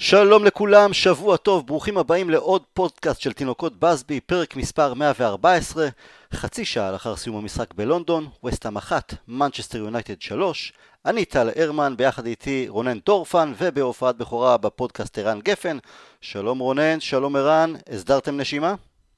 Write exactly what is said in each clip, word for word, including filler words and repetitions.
שלום לכולם, שבוע טוב, ברוכים הבאים לעוד פודקאסט של תינוקות בסבי, פרק מספר מאה וארבע עשרה, חצי שעה לאחר סיום המשחק בלונדון, וסטהאם אחת, מנצ'סטר יונייטד שלוש. אני טל הרמן, ביחד איתי רונן דורפן, ובהופעת בכורה בפודקאסט ערן גפן. שלום רונן, שלום ערן, הסדרתם נשימה?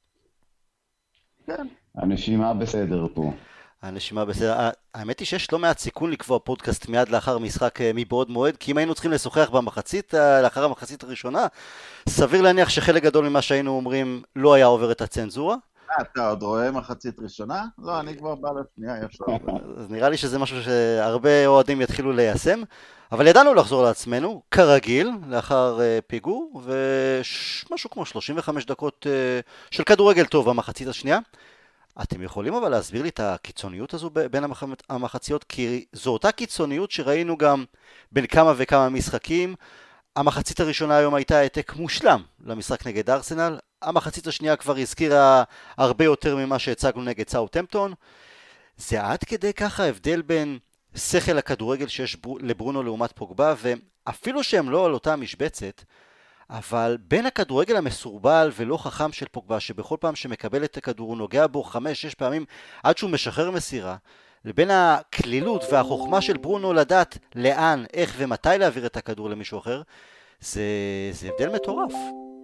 כן, הנשימה בסדר פה. הנשימה בסדר. האמת היא שיש לא מעט סיכון לקבוע פודקאסט מיד לאחר משחק מבעוד מועד, כי אם היינו צריכים לשוחח במחצית, לאחר המחצית הראשונה, סביר להניח שחלק גדול ממה שהיינו אומרים לא היה עובר את הצנזורה. אתה עוד רואה מחצית ראשונה? לא, אני כבר בא לשנייה ישר. אז נראה לי שזה משהו שהרבה אוהדים יתחילו ליישם, אבל ידענו לחזור לעצמנו, כרגיל, לאחר פיגור, ומשהו כמו שלושים וחמש דקות של כדורגל טוב במחצית השנייה. אתם יכולים אבל להסביר לי את הקיצוניות הזו בין המחציות, כי זו אותה קיצוניות שראינו גם בין כמה וכמה משחקים. המחצית הראשונה היום הייתה העתק מושלם למשחק נגד ארסנל, המחצית השנייה כבר הזכירה הרבה יותר ממה שהצגנו נגד סאות'המפטון. זה עד כדי ככה הבדל בין שכל הכדורגל שיש לברונו לעומת פוגבה, ואפילו שהם לא על אותה משבצת, אבל בין הכדורגל המסורבל ולא חכם של פוגבה, שבכל פעם שמקבל את הכדור הוא נוגע בו חמש, שש פעמים עד שהוא משחרר מסירה, לבין הכלילות והחוכמה של ברונו לדעת לאן, איך ומתי להעביר את הכדור למישהו אחר, זה, זה הבדל מטורף.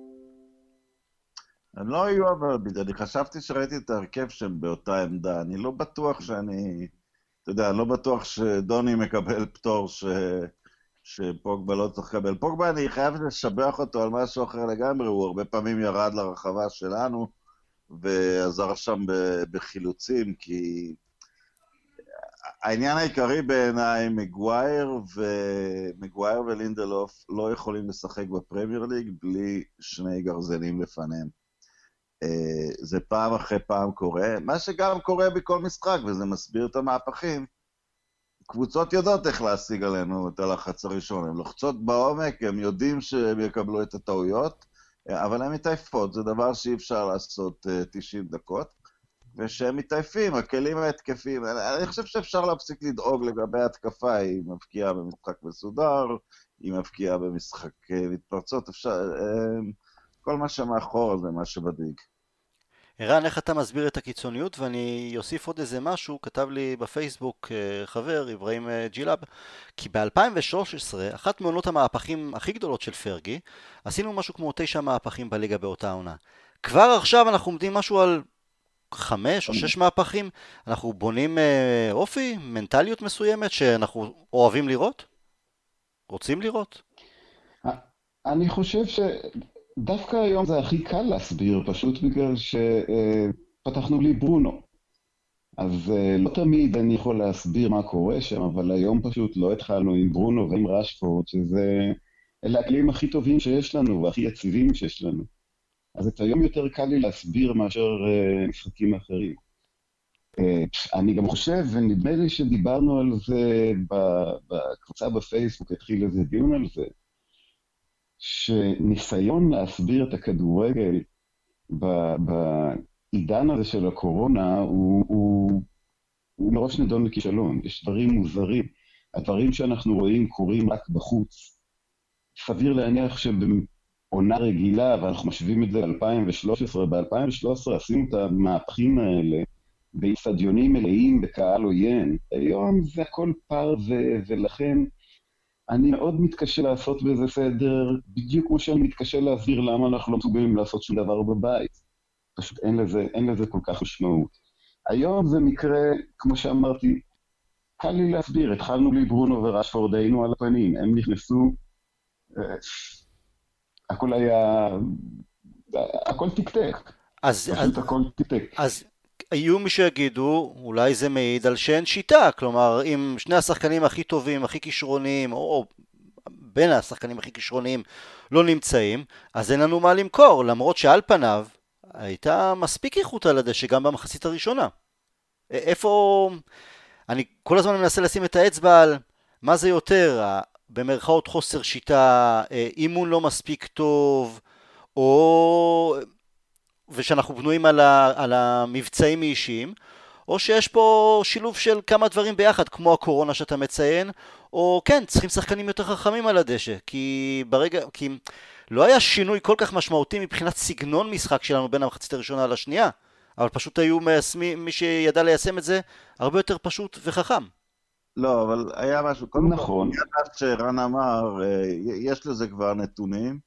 הם לא היו אבל, אני חשבתי שראיתי את ההרכב שהם באותה עמדה, אני לא בטוח שאני, אתה יודע, אני לא בטוח שדוני מקבל פטור ש... שפוגבה לא צריך לקבל. פוגבה, אני חייב לשבח אותו על משהו אחר לגמרי, הוא הרבה פעמים ירד לרחבה שלנו, ועזר שם בחילוצים, כי העניין העיקרי בעיניי, מגווייר ומגווייר ולינדלוף לא יכולים לשחק בפרמייר ליג בלי שני גרזנים לפניהם. זה פעם אחרי פעם קורה, מה שגם קורה בכל משחק, וזה מסביר את המהפכים. קבוצות יודעות איך להשיג עלינו את הלחץ הראשון, הן לוחצות בעומק, הם יודעים שהם יקבלו את הטעויות, אבל הן מתעייפות, זה דבר שאי אפשר לעשות תשעים דקות, ושהם מתעייפים, הכלים ההתקפים, אני חושב שאפשר להפסיק לדאוג לגבי התקפה, היא מבקיעה במשחק מסודר, היא מבקיעה במשחק מתפרצות, אפשר, כל מה שמאחור זה מה שבדיג. ערן, איך אתה מסביר את הקיצוניות? ואני אוסיף עוד איזה משהו, כתב לי בפייסבוק חבר, אברהים ג'ילאב, כי ב-אלפיים ושלוש עשרה, אחת מעונות המהפכים הכי גדולות של פרגי, עשינו משהו כמו תשע מהפכים בליגה באותה עונה. כבר עכשיו אנחנו עומדים משהו על חמש או שש מהפכים, אנחנו בונים אופי, מנטליות מסוימת שאנחנו אוהבים לראות? רוצים לראות? אני חושב ש... דווקא היום זה הכי קל להסביר, פשוט בגלל שפתחנו לי ברונו. אז לא תמיד אני יכול להסביר מה קורה שם, אבל היום פשוט לא התחלנו עם ברונו ועם רשפורד, שזה אלה הכלים הכי טובים שיש לנו והכי יציבים שיש לנו. אז את היום יותר קל לי להסביר מאשר משחקים אחרים. אני גם חושב, ונדמה לי שדיברנו על זה בקבוצה בפייסבוק, התחיל איזה דיון על זה, שניסיון להסביר את הכדורגל בעידן הזה של הקורונה הוא, הוא, הוא מראש נדון לכישלון. יש דברים מוזרים. הדברים שאנחנו רואים קורים רק בחוץ. סביר להניח שבעונה רגילה, ואנחנו משווים את זה ב-אלפיים ושלוש עשרה, ב-אלפיים ושלוש עשרה עשינו את המהפכים האלה באצטדיונים מלאים בקהל עוין. היום זה הכל פר ו- ולכן אני מאוד מתקשה לעשות בזה סדר, בדיוק כמו שאני מתקשה להסביר למה אנחנו לא מסוגלים לעשות שום דבר בבית. פשוט אין לזה, אין לזה כל כך משמעות. היום זה מקרה, כמו שאמרתי, קל לי להסביר, התחלנו לי ברונו ורשפורד, היינו על הפנים, הם נכנסו, הכל היה, הכל תקתק. אז, פשוט אז, הכל תקתק. אז היו מי שיגידו, אולי זה מעיד על שאין שיטה, כלומר, אם שני השחקנים הכי טובים, הכי כישרוניים, או בין השחקנים הכי כישרוניים לא נמצאים, אז אין לנו מה למכור, למרות שעל פניו הייתה מספיק איכות על הדשא גם במחצית הראשונה. איפה, אני כל הזמן מנסה לשים את האצבע על מה זה יותר, במרכאות חוסר שיטה, אימון לא מספיק טוב, או ושאנחנו בנויים על, ה, על המבצעים האישיים, או שיש פה שילוב של כמה דברים ביחד, כמו הקורונה שאתה מציין, או כן, צריכים שחקנים יותר חכמים על הדשא, כי ברגע, כי לא היה שינוי כל כך משמעותי מבחינת סגנון משחק שלנו בין המחצית הראשונה לשנייה, אבל פשוט היו מיישמים, מי שידע ליישם את זה, הרבה יותר פשוט וחכם. לא, אבל היה משהו, קודם נכון. כל, מה שרן אמר, אה, יש לזה כבר נתונים,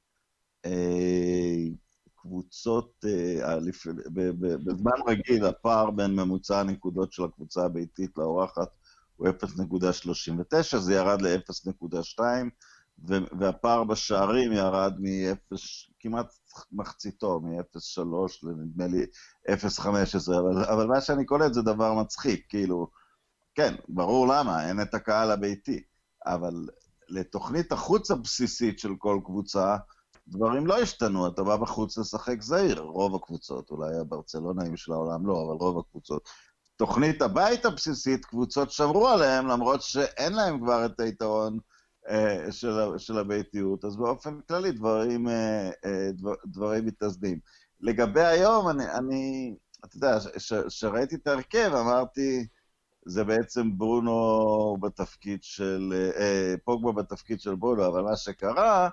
אה, קבוצות, אה, לפ- ב- ב- בזמן רגיל, הפער בין ממוצע הנקודות של הקבוצה הביתית לאורחת הוא אפס נקודה שלושים ותשע, זה ירד ל-אפס נקודה שתיים, ו- והפער בשערים ירד מ-אפס, כמעט מחציתו, מ-אפס נקודה שלוש לנדמה לי אפס נקודה חמש עשרה, אבל, אבל מה שאני קולט זה דבר מצחיק, כאילו, כן, ברור למה, אין את הקהל הביתי, אבל לתוכנית החוץ הבסיסית של כל קבוצה, דברים לא השתנו, אתה בא בחוץ לשחק זהיר, רוב הקבוצות, אולי הברצלונאים של העולם לא, אבל רוב הקבוצות. תוכנית הבית הבסיסית, קבוצות שמרו עליהם, למרות שאין להם כבר את היתרון אה, של, של הביתיות, אז באופן כללי דברים, אה, אה, דבר, דברים מתאזנים. לגבי היום, אני, אני אתה יודע, שראיתי את ההרכב, אמרתי, זה בעצם ברונו בתפקיד של, אה, פוגבה בתפקיד של ברונו, אבל מה שקרה,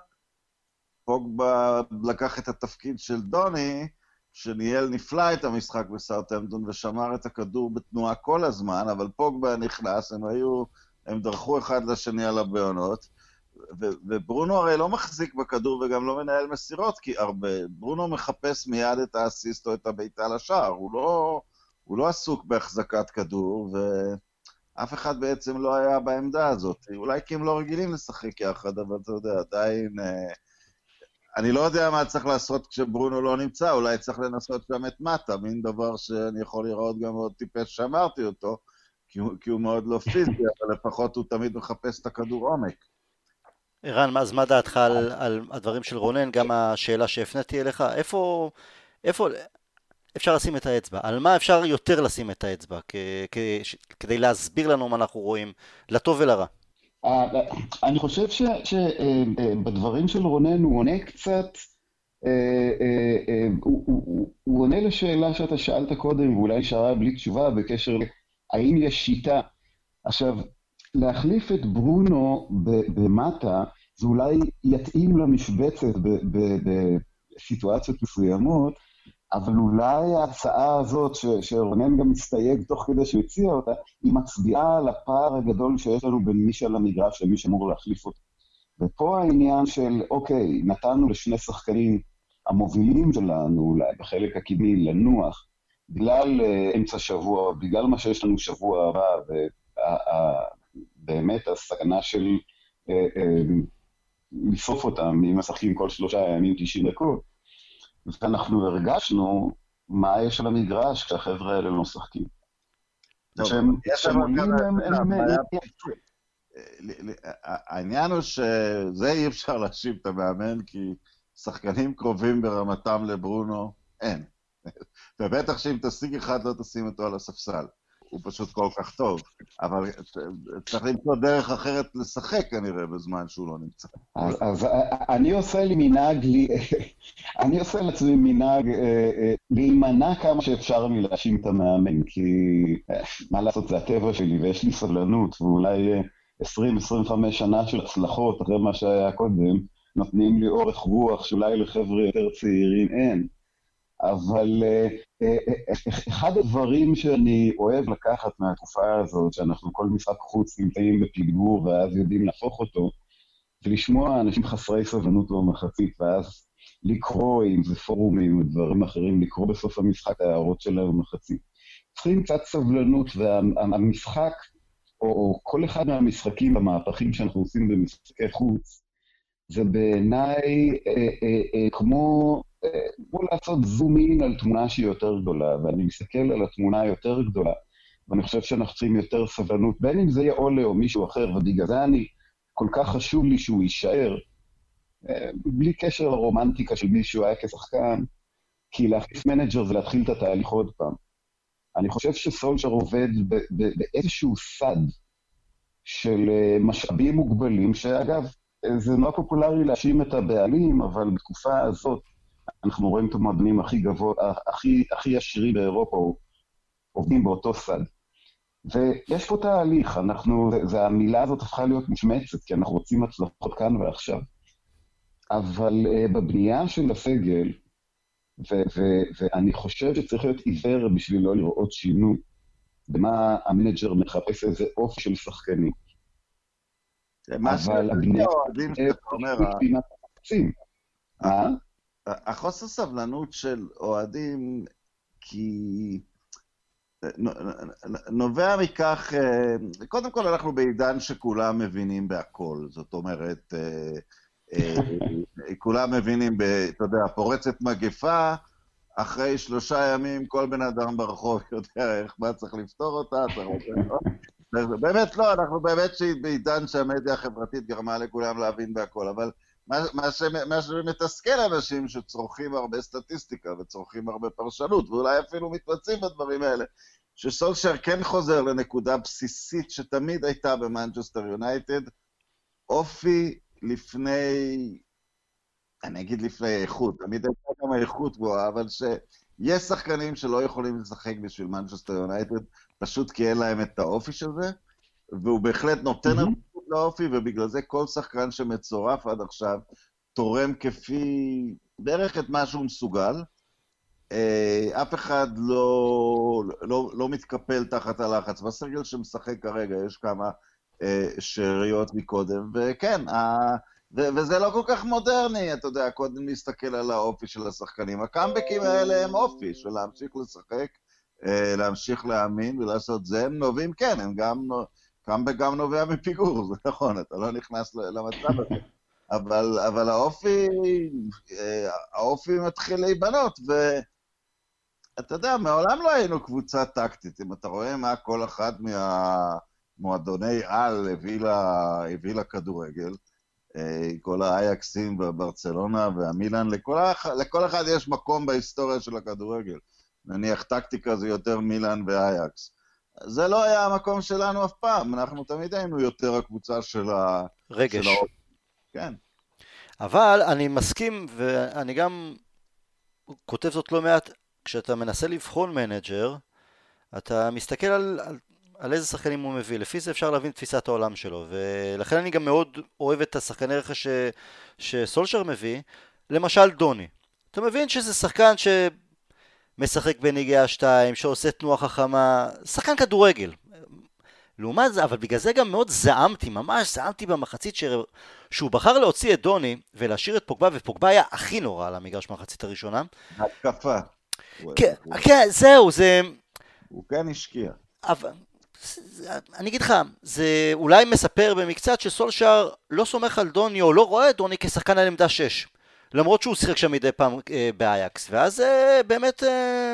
פוגבה לקח את התפקיד של דוני, שניהל נפלא את המשחק בסאות'המפטון ושמר את הכדור בתנועה כל הזמן, אבל פוגבה נכנס, הם היו, הם דרכו אחד לשני על הבעונות, ו- וברונו הרי לא מחזיק בכדור וגם לא מנהל מסירות, כי הרבה, ברונו מחפש מיד את האסיסט או את הביתה לשער, הוא לא, הוא לא עסוק בהחזקת כדור, ואף אחד בעצם לא היה בעמדה הזאת, אולי כי הם לא רגילים לשחק יחד, אבל אתה יודע, עדיין... אני לא יודע מה צריך לעשות כשברונו לא נמצא, אולי צריך לנסות גם את מטה, מין דבר שאני יכול לראות גם מאוד טיפש שאמרתי אותו, כי הוא, כי הוא מאוד לא פיזי, אבל לפחות הוא תמיד מחפש את הכדור עומק. ערן, אז מה דעתך על, על הדברים של רונן, גם השאלה שהפניתי אליך, איפה, איפה אפשר לשים את האצבע? על מה אפשר יותר לשים את האצבע, כ, כ, כדי להסביר לנו מה אנחנו רואים, לטוב ולרע? אני חושב שבדברים של רונן הוא עונה קצת, הוא עונה לשאלה שאתה שאלת קודם, ואולי שאלה בלי תשובה בקשר האם יש שיטה. עכשיו, להחליף את ברונו במטה, זה אולי יתאים למשבצת בסיטואציות מסוימות, אבל אולי ההצעה הזאת, שרונן גם מסתייג תוך כדי שהציע אותה, היא מצביעה על הפער הגדול שיש לנו בין מי שעל המגרש למי שאמור להחליף אותו. ופה העניין של, אוקיי, נתנו לשני שחקנים המובילים שלנו, אולי בחלק הקדמי, לנוח, בגלל uh, אמצע שבוע, בגלל מה שיש לנו שבוע הבא, ובאמת הסכנה של uh, uh, לסוף אותם, אם משחקים כל שלושה ימים תשעים דקות, ואנחנו הרגשנו מה יש על המגרש כשהחבר'ה האלה לא משחקים. העניין הוא שזה אי אפשר להשיב את המאמן, כי שחקנים קרובים ברמתם לברונו, אין. ובטח שאם תשיג אחד לא תשים אותו על הספסל. הוא פשוט כל כך טוב, אבל צריך למצוא דרך אחרת לשחק כנראה בזמן שהוא לא נמצא. אז אני עושה לי מנהג, אני עושה לעצמי מנהג להימנע כמה שאפשר מלהאשים את המאמן, כי מה לעשות, זה הטבע שלי ויש לי סבלנות, ואולי עשרים עשרים וחמש שנה של הצלחות אחרי מה שהיה קודם, נותנים לי אורך רוח שאולי לחבר'ה יותר צעירים אין. אבל אחד הדברים שאני אוהב לקחת מהתקופה הזאת, שאנחנו כל משחק חוץ נמצאים בפיגור ואז יודעים להפוך אותו, ולשמוע אנשים חסרי סבלנות במחצית, ואז לקרוא, אם זה פורומים ודברים אחרים, לקרוא בסוף המשחק הערות שלהם במחצית. צריכים קצת סבלנות, והמשחק, או, או כל אחד מהמשחקים המהפכים שאנחנו עושים במשחקי חוץ, זה בעיניי אה, אה, אה, כמו... בוא לעשות זום אין על תמונה שהיא יותר גדולה, ואני מסתכל על התמונה היותר גדולה, ואני חושב שאנחנו צריכים יותר סבלנות, בין אם זה יהיה עולה או מישהו אחר, ובגלל זה אני, כל כך חשוב לי שהוא יישאר, בלי קשר לרומנטיקה של מישהו היה כשחקן, כי להחליף מנג'ר זה להתחיל את התהליך עוד פעם. אני חושב שסולשר עובד באיזשהו סד של משאבים מוגבלים, שאגב, זה לא פופולרי להאשים את הבעלים, אבל בתקופה הזאת, אנחנו רואים את המועדונים הכי גבוה, הכי, הכי עשירים באירופה, או, עובדים באותו סד. ויש פה תהליך, אנחנו, והמילה הזאת הפכה להיות משמצת, כי אנחנו רוצים הצלחות כאן ועכשיו. אבל uh, בבנייה של הסגל, ו- ו- ואני חושב שצריך להיות עיוור בשביל לא לראות שינוי, במה המנג'ר מחפש איזה אופי של שחקנים. אבל הבנייה... החוסר סבלנות של אוהדים, כי נובע מכך, קודם כל אנחנו בעידן שכולם מבינים בהכל, זאת אומרת, כולם מבינים, אתה יודע, פורצת מגפה, אחרי שלושה ימים כל בן אדם ברחוב יודע איך מה צריך לפתור אותה, באמת לא, אנחנו באמת בעידן שהמדיה החברתית גרמה לכולם להבין בהכל, אבל מה שמתסכל אנשים שצורכים הרבה סטטיסטיקה וצורכים הרבה פרשנות, ואולי אפילו מתמצאים בדברים האלה, שסולשר כן חוזר לנקודה בסיסית שתמיד הייתה במנצ'סטר יונייטד, אופי לפני, אני אגיד לפני איכות, תמיד הייתה גם האיכות גבוהה, אבל שיש שחקנים שלא יכולים לשחק בשביל מנצ'סטר יונייטד, פשוט כי אין להם את האופי של זה, והוא בהחלט נותן mm-hmm. את האופי, ובגלל זה כל שחקן שמצורף עד עכשיו, תורם כפי דרך את מה שהוא מסוגל, אף אחד לא, לא, לא מתקפל תחת הלחץ. בסגל שמשחק כרגע יש כמה שאריות מקודם, וכן, ו- וזה לא כל כך מודרני, אתה יודע, קודם להסתכל על האופי של השחקנים. הקאמבקים האלה הם אופי, של להמשיך לשחק, להמשיך להאמין ולעשות זה. הם נובעים, כן, הם גם, קאמבק גם נובע מפיגור, זה נכון, אתה לא נכנס למצב הזה. אבל, אבל האופי, האופי מתחיל להיבנות, ואתה יודע, מעולם לא היינו קבוצה טקטית. אם אתה רואה מה כל אחד מהמועדוני על הביא, לה, הביא לכדורגל, כל האייקסים בברצלונה והמילאן, לכל, לכל אחד יש מקום בהיסטוריה של הכדורגל. נניח טקטיקה זה יותר מילאן ואייקס. זה לא היה המקום שלנו אף פעם, אנחנו תמיד היינו יותר הקבוצה של ה... רגש. של ה... כן. אבל אני מסכים, ואני גם כותב זאת לא מעט, כשאתה מנסה לבחון מנג'ר, אתה מסתכל על, על, על איזה שחקנים הוא מביא, לפי זה אפשר להבין תפיסת העולם שלו, ולכן אני גם מאוד אוהב את השחקני רכש שסולשר מביא, למשל דוני. אתה מבין שזה שחקן שמשחק בנגיעה שתיים, שעושה תנועה חכמה, שחקן כדורגל. לעומת זה, אבל בגלל זה גם מאוד זעמתי, ממש זעמתי במחצית ש... שהוא בחר להוציא את דוני ולהשאיר את פוגבה, ופוגבה היה הכי נורא על המגרש במחצית הראשונה. התקפה. כן, כן, זהו, זה... הוא כן השקיע. אבל... אני אגיד לך, זה אולי מספר במקצת שסולשר לא סומך על דוני, או לא רואה את דוני כשחקן על עמדה שש. למרות שהוא שיחק שם מדי פעם אה, באייקס. ואז אה, באמת... אה...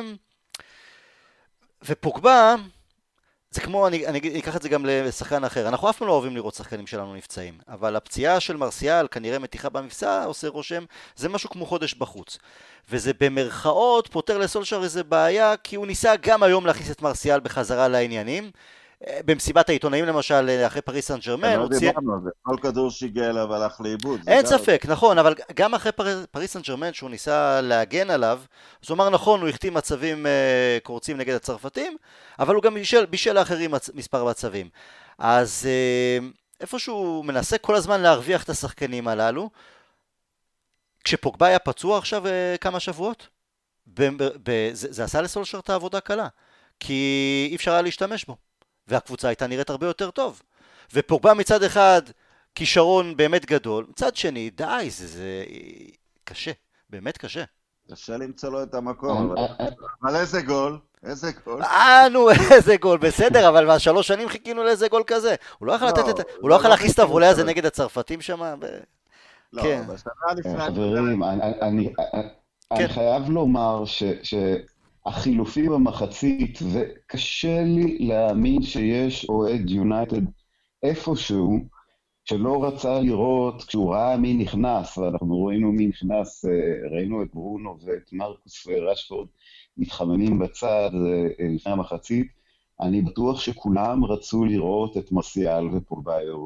ופוגבה... זה כמו, אני, אני אקח את זה גם לשחקן אחר. אנחנו אף פעם לא אוהבים לראות שחקנים שלנו נפצעים, אבל הפציעה של מרסיאל, כנראה מתיחה במפצע, עושה רושם, זה משהו כמו חודש בחוץ. וזה במרכאות פותר לסולשר איזה בעיה, כי הוא ניסה גם היום להכניס את מרסיאל בחזרה לעניינים. במסיבת העיתונאים למשל, אחרי פריס סן ז'רמן, לא דיברנו על זה, כל כדור שהגיע אליו הלך לאיבוד. אין ספק, נכון, אבל גם אחרי פריס סן ז'רמן שהוא ניסה להגן עליו, אז הוא אמר נכון, הוא החתים מצבים קורצים נגד הצרפתים, אבל הוא גם בישל, בישל לאחרים מספר מצבים. אז איפשהו מנסה כל הזמן להרוויח את השחקנים הללו, כשפוגבה היה פצוע עכשיו כמה שבועות, ב- ב- ב- זה, זה עשה לסולשר את העבודה קלה, כי אי אפשר היה להשתמש בו. והקבוצה הייתה נראית הרבה יותר טוב. ופוגבה מצד אחד כישרון באמת גדול, מצד שני, די, זה, זה קשה, באמת קשה. קשה למצוא לו את המקום, אבל... אבל איזה גול, איזה גול. אה, נו, איזה גול, בסדר, אבל מהשלוש שנים חיכינו לאיזה גול כזה. הוא לא יכול לתת את... הוא לא יכול להכניס את הוולה הזה נגד הצרפתים שם. לא, בשנה לפני... חברים, אני חייב לומר ש... החילופים במחצית, וקשה לי להאמין שיש אוהד יונייטד איפשהו, שלא רצה לראות, כשהוא ראה מי נכנס, ואנחנו ראינו מי נכנס, ראינו את ברונו ואת מרקוס ורשפורד מתחממים בצד לפני המחצית, אני בטוח שכולם רצו לראות את מרסיאל ופוגבה יורדים.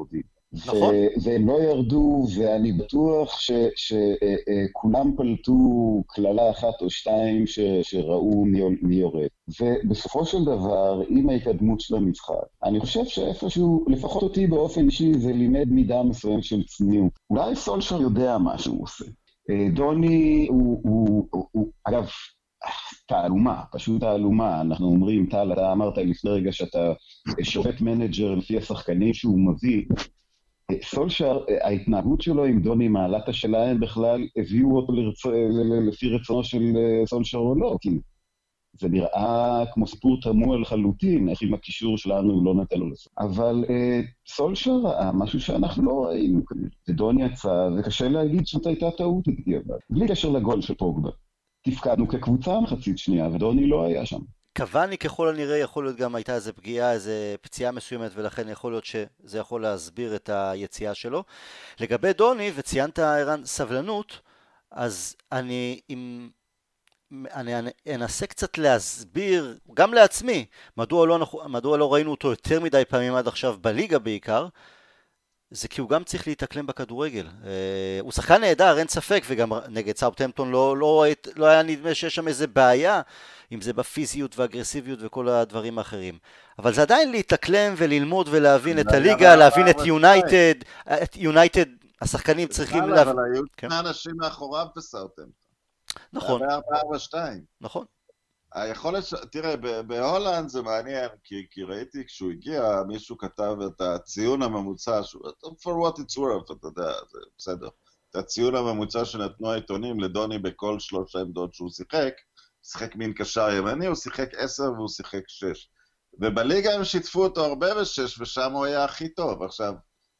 נכון. והם לא ירדו, ואני בטוח שכולם פלטו כללה אחת או שתיים שראו מי יורד. ובסופו של דבר, עם ההתקדמות של המשחק, אני חושב שאיפשהו, לפחות אותי באופן אישי, זה לימד מידה מסוים של צניעות. אולי סולשר יודע מה שהוא עושה. דוני הוא, הוא, הוא, הוא אגב, תעלומה, פשוט תעלומה. אנחנו אומרים, טל, אתה אמרת לפני רגע שאתה שופט מנג'ר לפי השחקנים שהוא מביא. סולשר, ההתנהגות שלו עם דוני מעלת השאלה בכלל הביאו אותו לרצ... לפי רצונו של סולשר או לא, כי זה נראה כמו סיפור תמוה לחלוטין, איך עם הקישור שלנו לא נתן לו לזה. אבל סולשר, משהו שאנחנו לא ראינו כנראה, ודוני יצא, וקשה להגיד זאת הייתה טעות בדיעבד. בלי קשר לגול של פוגבה. תפקדנו כקבוצה מחצית שנייה, ודוני לא היה שם. קוואני ככל הנראה יכול להיות גם הייתה איזה פגיעה, איזה פציעה מסוימת, ולכן יכול להיות שזה יכול להסביר את היציאה שלו. לגבי דוני, וציינת ערן סבלנות, אז אני, אם, אני אנסה קצת להסביר, גם לעצמי, מדוע לא, מדוע לא ראינו אותו יותר מדי פעמים עד עכשיו בליגה בעיקר, זה כי הוא גם צריך להתאקלם בכדורגל. הוא שחקן נהדר, אין ספק, וגם נגד סאות'המפטון לא, לא, לא היה נדמה שיש שם איזה בעיה, אם זה בפיזיות ואגרסיביות וכל הדברים האחרים. אבל זה עדיין להתאקלם וללמוד ולהבין את הליגה, להבין את יונייטד, את יונייטד, השחקנים צריכים להבין. אבל היו שני אנשים מאחוריו בסאות'המפטון. נכון. זה ארבע ארבע שתיים. נכון. היכולת, תראה, בהולנד זה מעניין, כי, כי ראיתי כשהוא הגיע, מישהו כתב את הציון הממוצע, for what it's worth, אתה יודע, זה בסדר. את הציון הממוצע שנתנו העיתונים לדוני בכל שלוש העמדות שהוא שיחק, שיחק מין קשר ימני, הוא שיחק עשר והוא שיחק שש. ובליגה הם שיתפו אותו הרבה בשש, ושם הוא היה הכי טוב. עכשיו,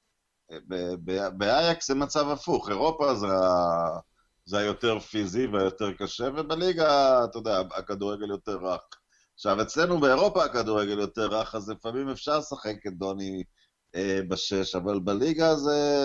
באייקס זה מצב הפוך, אירופה זה ה... זה היותר פיזי והיותר קשה, ובליגה, אתה יודע, הכדורגל יותר רך. עכשיו, אצלנו באירופה הכדורגל יותר רך, אז לפעמים אפשר לשחק את דוני אה, בשש, אבל בליגה זה...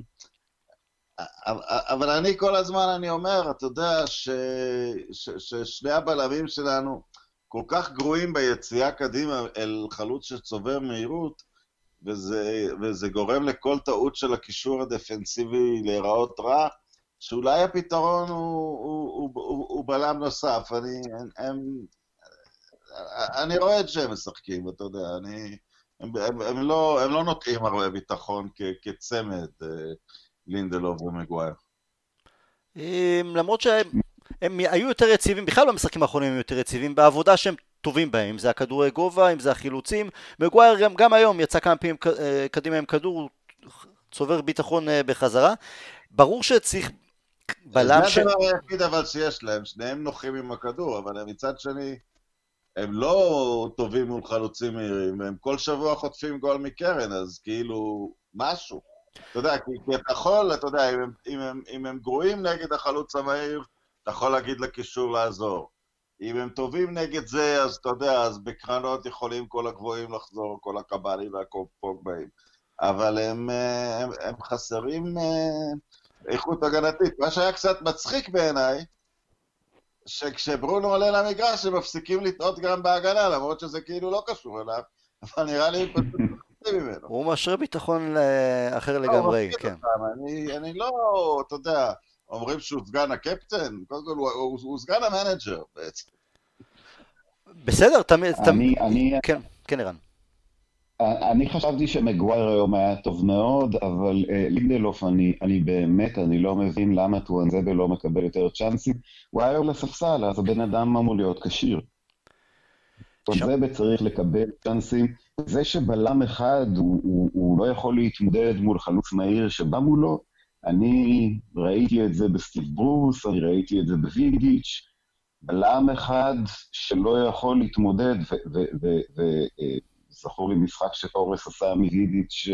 אבל אני כל הזמן, אני אומר, אתה יודע, ש... ש... ששני הבלמים שלנו כל כך גרועים ביציאה קדימה אל חלוץ שצובר מהירות, וזה, וזה גורם לכל טעות של הקישור הדפנסיבי להיראות רע, שאולי הפתרון הוא, הוא, הוא, הוא, הוא בלם נוסף. אני, הם, אני רואה את שהם משחקים, אתה יודע, אני, הם, הם, הם, לא, הם לא נוטעים הרבה ביטחון כ, כצמד, לינדלוף ומגווייר. למרות שהם הם היו יותר יציבים, בכלל במשחקים האחרונים הם יותר יציבים, בעבודה שהם טובים בהם, אם זה הכדורי גובה, אם זה החילוצים. מגווייר גם, גם היום יצא כמה פעמים קדימה עם כדור, צובר ביטחון בחזרה. ברור שצריך בלם ש... זה הדבר היחיד אבל שיש להם, שניהם נוחים עם הכדור, אבל מצד שני, הם לא טובים מול חלוצים מהירים, והם כל שבוע חוטפים גול מקרן, אז כאילו, משהו. אתה יודע, כי, כי אתה יכול, אתה יודע, אם הם, אם, הם, אם הם גרועים נגד החלוץ המהיר, אתה יכול להגיד לקישור לעזור. אם הם טובים נגד זה, אז אתה יודע, אז בקרנות יכולים כל הגבוהים לחזור, כל הקבלים והפוגבאים. אבל הם, הם, הם חסרים... איכות הגנתית. מה שהיה קצת מצחיק בעיניי, שכשברונו עולה למגרש, הם מפסיקים לטעות גם בהגנה, למרות שזה כאילו לא קשור אליו, אבל נראה לי פשוט מפסיקים ממנו. הוא משרה ביטחון אחר לגמרי, כן. אני, אני לא, אתה יודע, אומרים שהוא סגן הקפטן, קודם כל הוא, הוא, הוא סגן המנג'ר בעצם. בסדר, תמיד, אני, אני... כן, כן ערן. אני חשבתי שמגווייר היום היה טוב מאוד, אבל אה, לינדלוף, אני, אני באמת, אני לא מבין למה טואנזבה לא מקבל יותר צ'אנסים. הוא היה היום לספסל, אז הבן אדם אמור להיות כשיר. טואנזבה צריך לקבל צ'אנסים. זה שבלם אחד, הוא, הוא, הוא לא יכול להתמודד מול חלוץ מהיר שבא מולו. אני ראיתי את זה בסטיב ברוס, אני ראיתי את זה בווידיץ'. בלם אחד שלא יכול להתמודד, ו... ו, ו, ו זכור לי משחק שטורס עשה מווידיץ'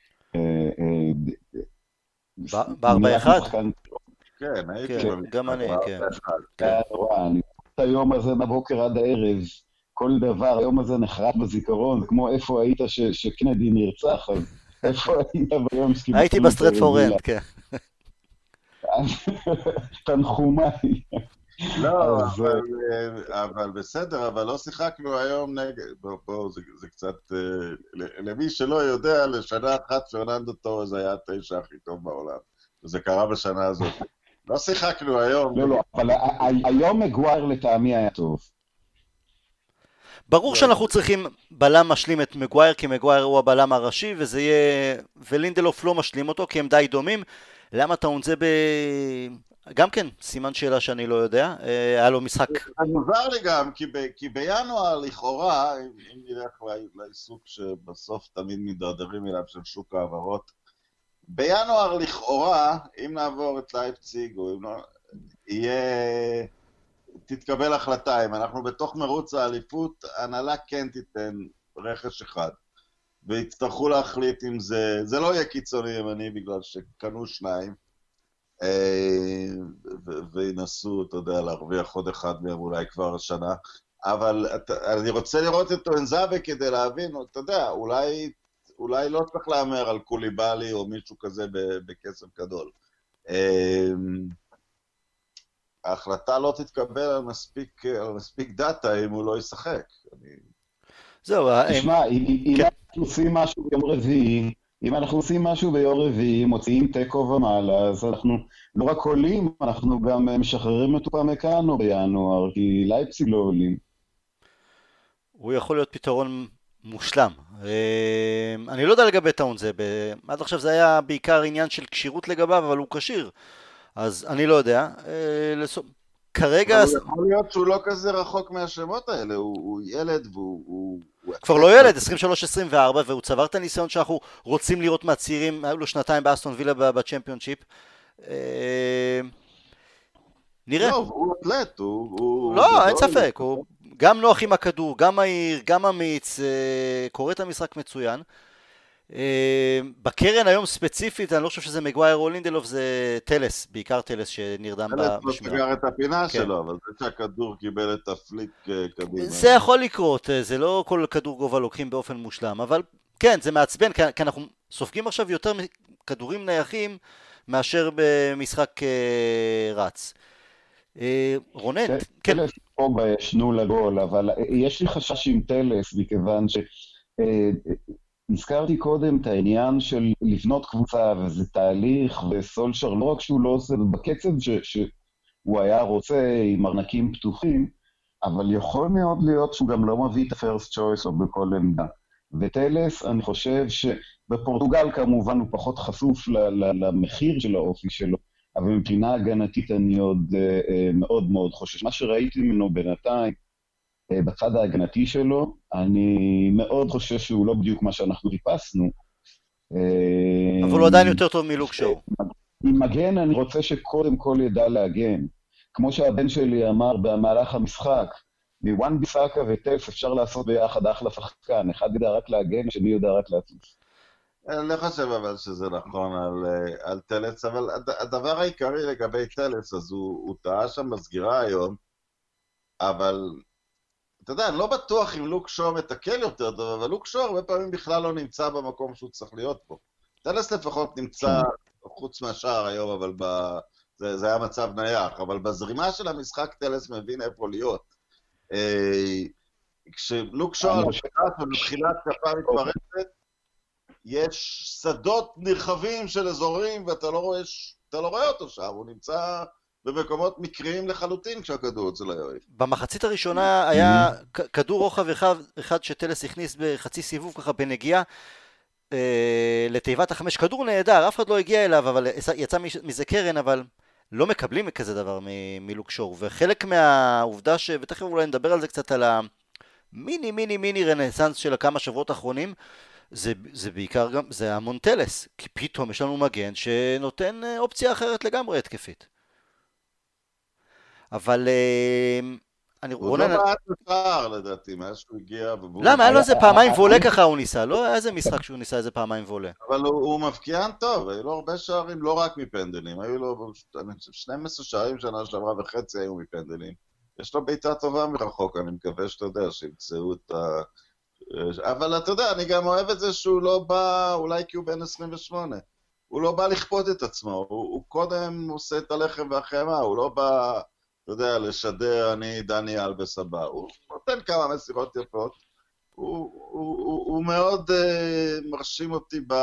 בארבע אחד? כן, הייתי. גם אני, כן. אני היום הזה מהבוקר עד הערב, כל דבר, היום הזה נחרט בזיכרון, כמו איפה היית שקנדי נרצח, אז איפה היית ביום שקיבלו... הייתי בסטרט פורנט, כן. תנחומיי. לא, אז אבל, אבל בסדר, אבל לא שיחקנו היום נגד, בוא, בוא, זה, זה קצת, למי שלא יודע, לשנה אחת פרננדו טורס היה התשע הכי טוב בעולם, וזה קרה בשנה הזאת. לא שיחקנו היום. לא, לא, אבל היום מגווייר לטעמי היה טוב. ברור שאנחנו צריכים בלם משלים את מגווייר, כי מגווייר הוא הבלם הראשי, וזה יהיה, ולינדלוף לא משלים אותו, כי הם די דומים. למה טאונזה ב... גם כן, סימן שאלה שאני לא יודע, היה לו משחק... זה מוזר לי גם, כי, ב, כי בינואר לכאורה, אם, אם נלך לעיסוק שבסוף תמיד מדרדרים אליו של שוק העברות, בינואר לכאורה, אם נעבור את לייפציג, או אם לא, יהיה... תתקבל החלטה, אם אנחנו בתוך מרוץ האליפות, הנהלה כן תיתן רכש אחד, ויצטרכו להחליט אם זה, זה לא יהיה קיצוני ימני בגלל שקנו שניים, וינסו, אתה יודע, להרוויח עוד אחד מהם אולי כבר השנה, אבל אני רוצה לראות את טואנזאבה כדי להבין, אתה יודע, אולי, אולי לא צריך לאמר על קוליבאלי או מישהו כזה בכסף גדול. ההחלטה לא תתקבל על מספיק, על מספיק דאטה אם הוא לא ישחק. אני... זהו, תשמע, אם, אם כן. אנחנו עושים משהו ביום רביעי, אם אנחנו עושים משהו ביום רביעי, מוציאים טקו ומעלה, אז אנחנו לא רק עולים, אנחנו גם משחררים את פאמקאנו בינואר, כי לייפציג לא עולים. הוא יכול להיות פתרון מושלם. אני לא יודע לגבי טאונזה, עד עכשיו זה היה בעיקר עניין של קשירות לגביו, אבל הוא קשיר. אז אני לא יודע, כרגע... אבל הוא יכול להיות שהוא לא כזה רחוק מהשמות האלה, הוא ילד והוא... כבר לא ילד, עשרים ושלוש עשרים וארבע, והוא צבר את הניסיון שאנחנו רוצים לראות מהצעירים, היו לו שנתיים באסטון וילה בצ'מפיונשיפ. נראה. לא, הוא אתלט, הוא... לא, אין ספק, הוא גם נוח עם הכדור, גם מהיר, גם אמיץ, קורא את המשחק מצוין. בקרן היום ספציפית, אני לא חושב שזה מגווייר או לינדלוף, זה טלס, בעיקר טלס שנרדם בשמירה. טלס לא סגר את הפינה שלו, אבל זה שהכדור קיבל את הפליק קדימה. זה יכול לקרות, זה לא כל כדור גובה לוקחים באופן מושלם, אבל כן, זה מעצבן, כי אנחנו סופגים עכשיו יותר כדורים נייחים מאשר במשחק רץ. רונט, כן. טלס פה בישנו לגול, אבל יש לי חשש עם טלס, מכיוון ש... הזכרתי קודם את העניין של לבנות קבוצה, וזה תהליך, וסולשר לא רק שהוא לא עושה בקצב ש, שהוא היה רוצה עם ארנקים פתוחים, אבל יכול מאוד להיות שהוא גם לא מביא את ה-first choice או בכל עמדה. וטלס, אני חושב שבפורטוגל כמובן הוא פחות חשוף ל- ל- למחיר של האופי שלו, אבל מבחינה הגנתית אני עוד אה, מאוד מאוד חושש. מה שראיתי ממנו בינתיים, בצד ההגנתי שלו, אני מאוד חושב שהוא לא בדיוק מה שאנחנו חיפשנו. אבל הוא עדיין יותר טוב מלוק שואו. עם מגן אני רוצה שקודם כל ידע להגן. כמו שהבן שלי אמר במהלך המשחק, מוואן ביסאקה וטלס אפשר לעשות ביחד אחלה שחקן, אחד ידע רק להגן, שני יודע רק להצליף. אני לא חושב אבל שזה נכון על, על טלס, אבל הדבר העיקרי לגבי טלס, אז הוא, הוא טעה שם בסגירה היום, אבל... אתה יודע, אני לא בטוח אם לוק שואו מתקל יותר טוב, אבל לוק שואו הרבה פעמים בכלל לא נמצא במקום שהוא צריך להיות בו. טלס לפחות נמצא, חוץ מהשאר היום, אבל ב... זה, זה היה מצב נייח, אבל בזרימה של המשחק טלס מבין איפה להיות. כשלוק שואו מבחינת כפה מתפרצת, יש שדות נרחבים של אזורים, ואתה לא רואה, אתה לא רואה אותו שם, הוא נמצא... במקומות מקריים לחלוטין כשהכדור אצל היריב. במחצית הראשונה היה כדור רוחב אחד, אחד שטלס הכניס בחצי סיבוב ככה בנגיעה אה, לתיבת החמש, כדור נהדר, אף אחד לא הגיע אליו, אבל יצא מזה קרן, אבל לא מקבלים כזה דבר מלוק שואו, וחלק מהעובדה ש... ותכף אולי נדבר על זה קצת, על המיני מיני מיני רנסנס של הכמה שבועות האחרונים, זה, זה בעיקר גם, זה המון טלס, כי פתאום יש לנו מגן שנותן אופציה אחרת לגמרי התקפית. אבל אני הוא לא בעט לשער לדעתי, מאז שהוא הגיע... למה? היה לו איזה פעמיים וולה ככה הוא ניסה, לא היה איזה משחק שהוא ניסה איזה פעמיים וולה. אבל הוא מבקיען טוב, היו לו הרבה שערים, לא רק מפנדלים, היו לו שנים עשר שערים שנה שעברה וחצי היו מפנדלים. יש לו ביתה טובה מרחוק, אני מקווה שאתה יודע, שימצאו את ה... אבל אתה יודע, אני גם אוהב את זה שהוא לא בא, אולי כי הוא בן עשרים ושמונה, הוא לא בא לכפות את עצמו, הוא קודם עושה את הלחם והחמה, הוא לא בא... אתה יודע, לשדר, אני דני אלבס הבא. הוא נותן כמה מסירות יפות. הוא, הוא, הוא, הוא מאוד uh, מרשים אותי ב...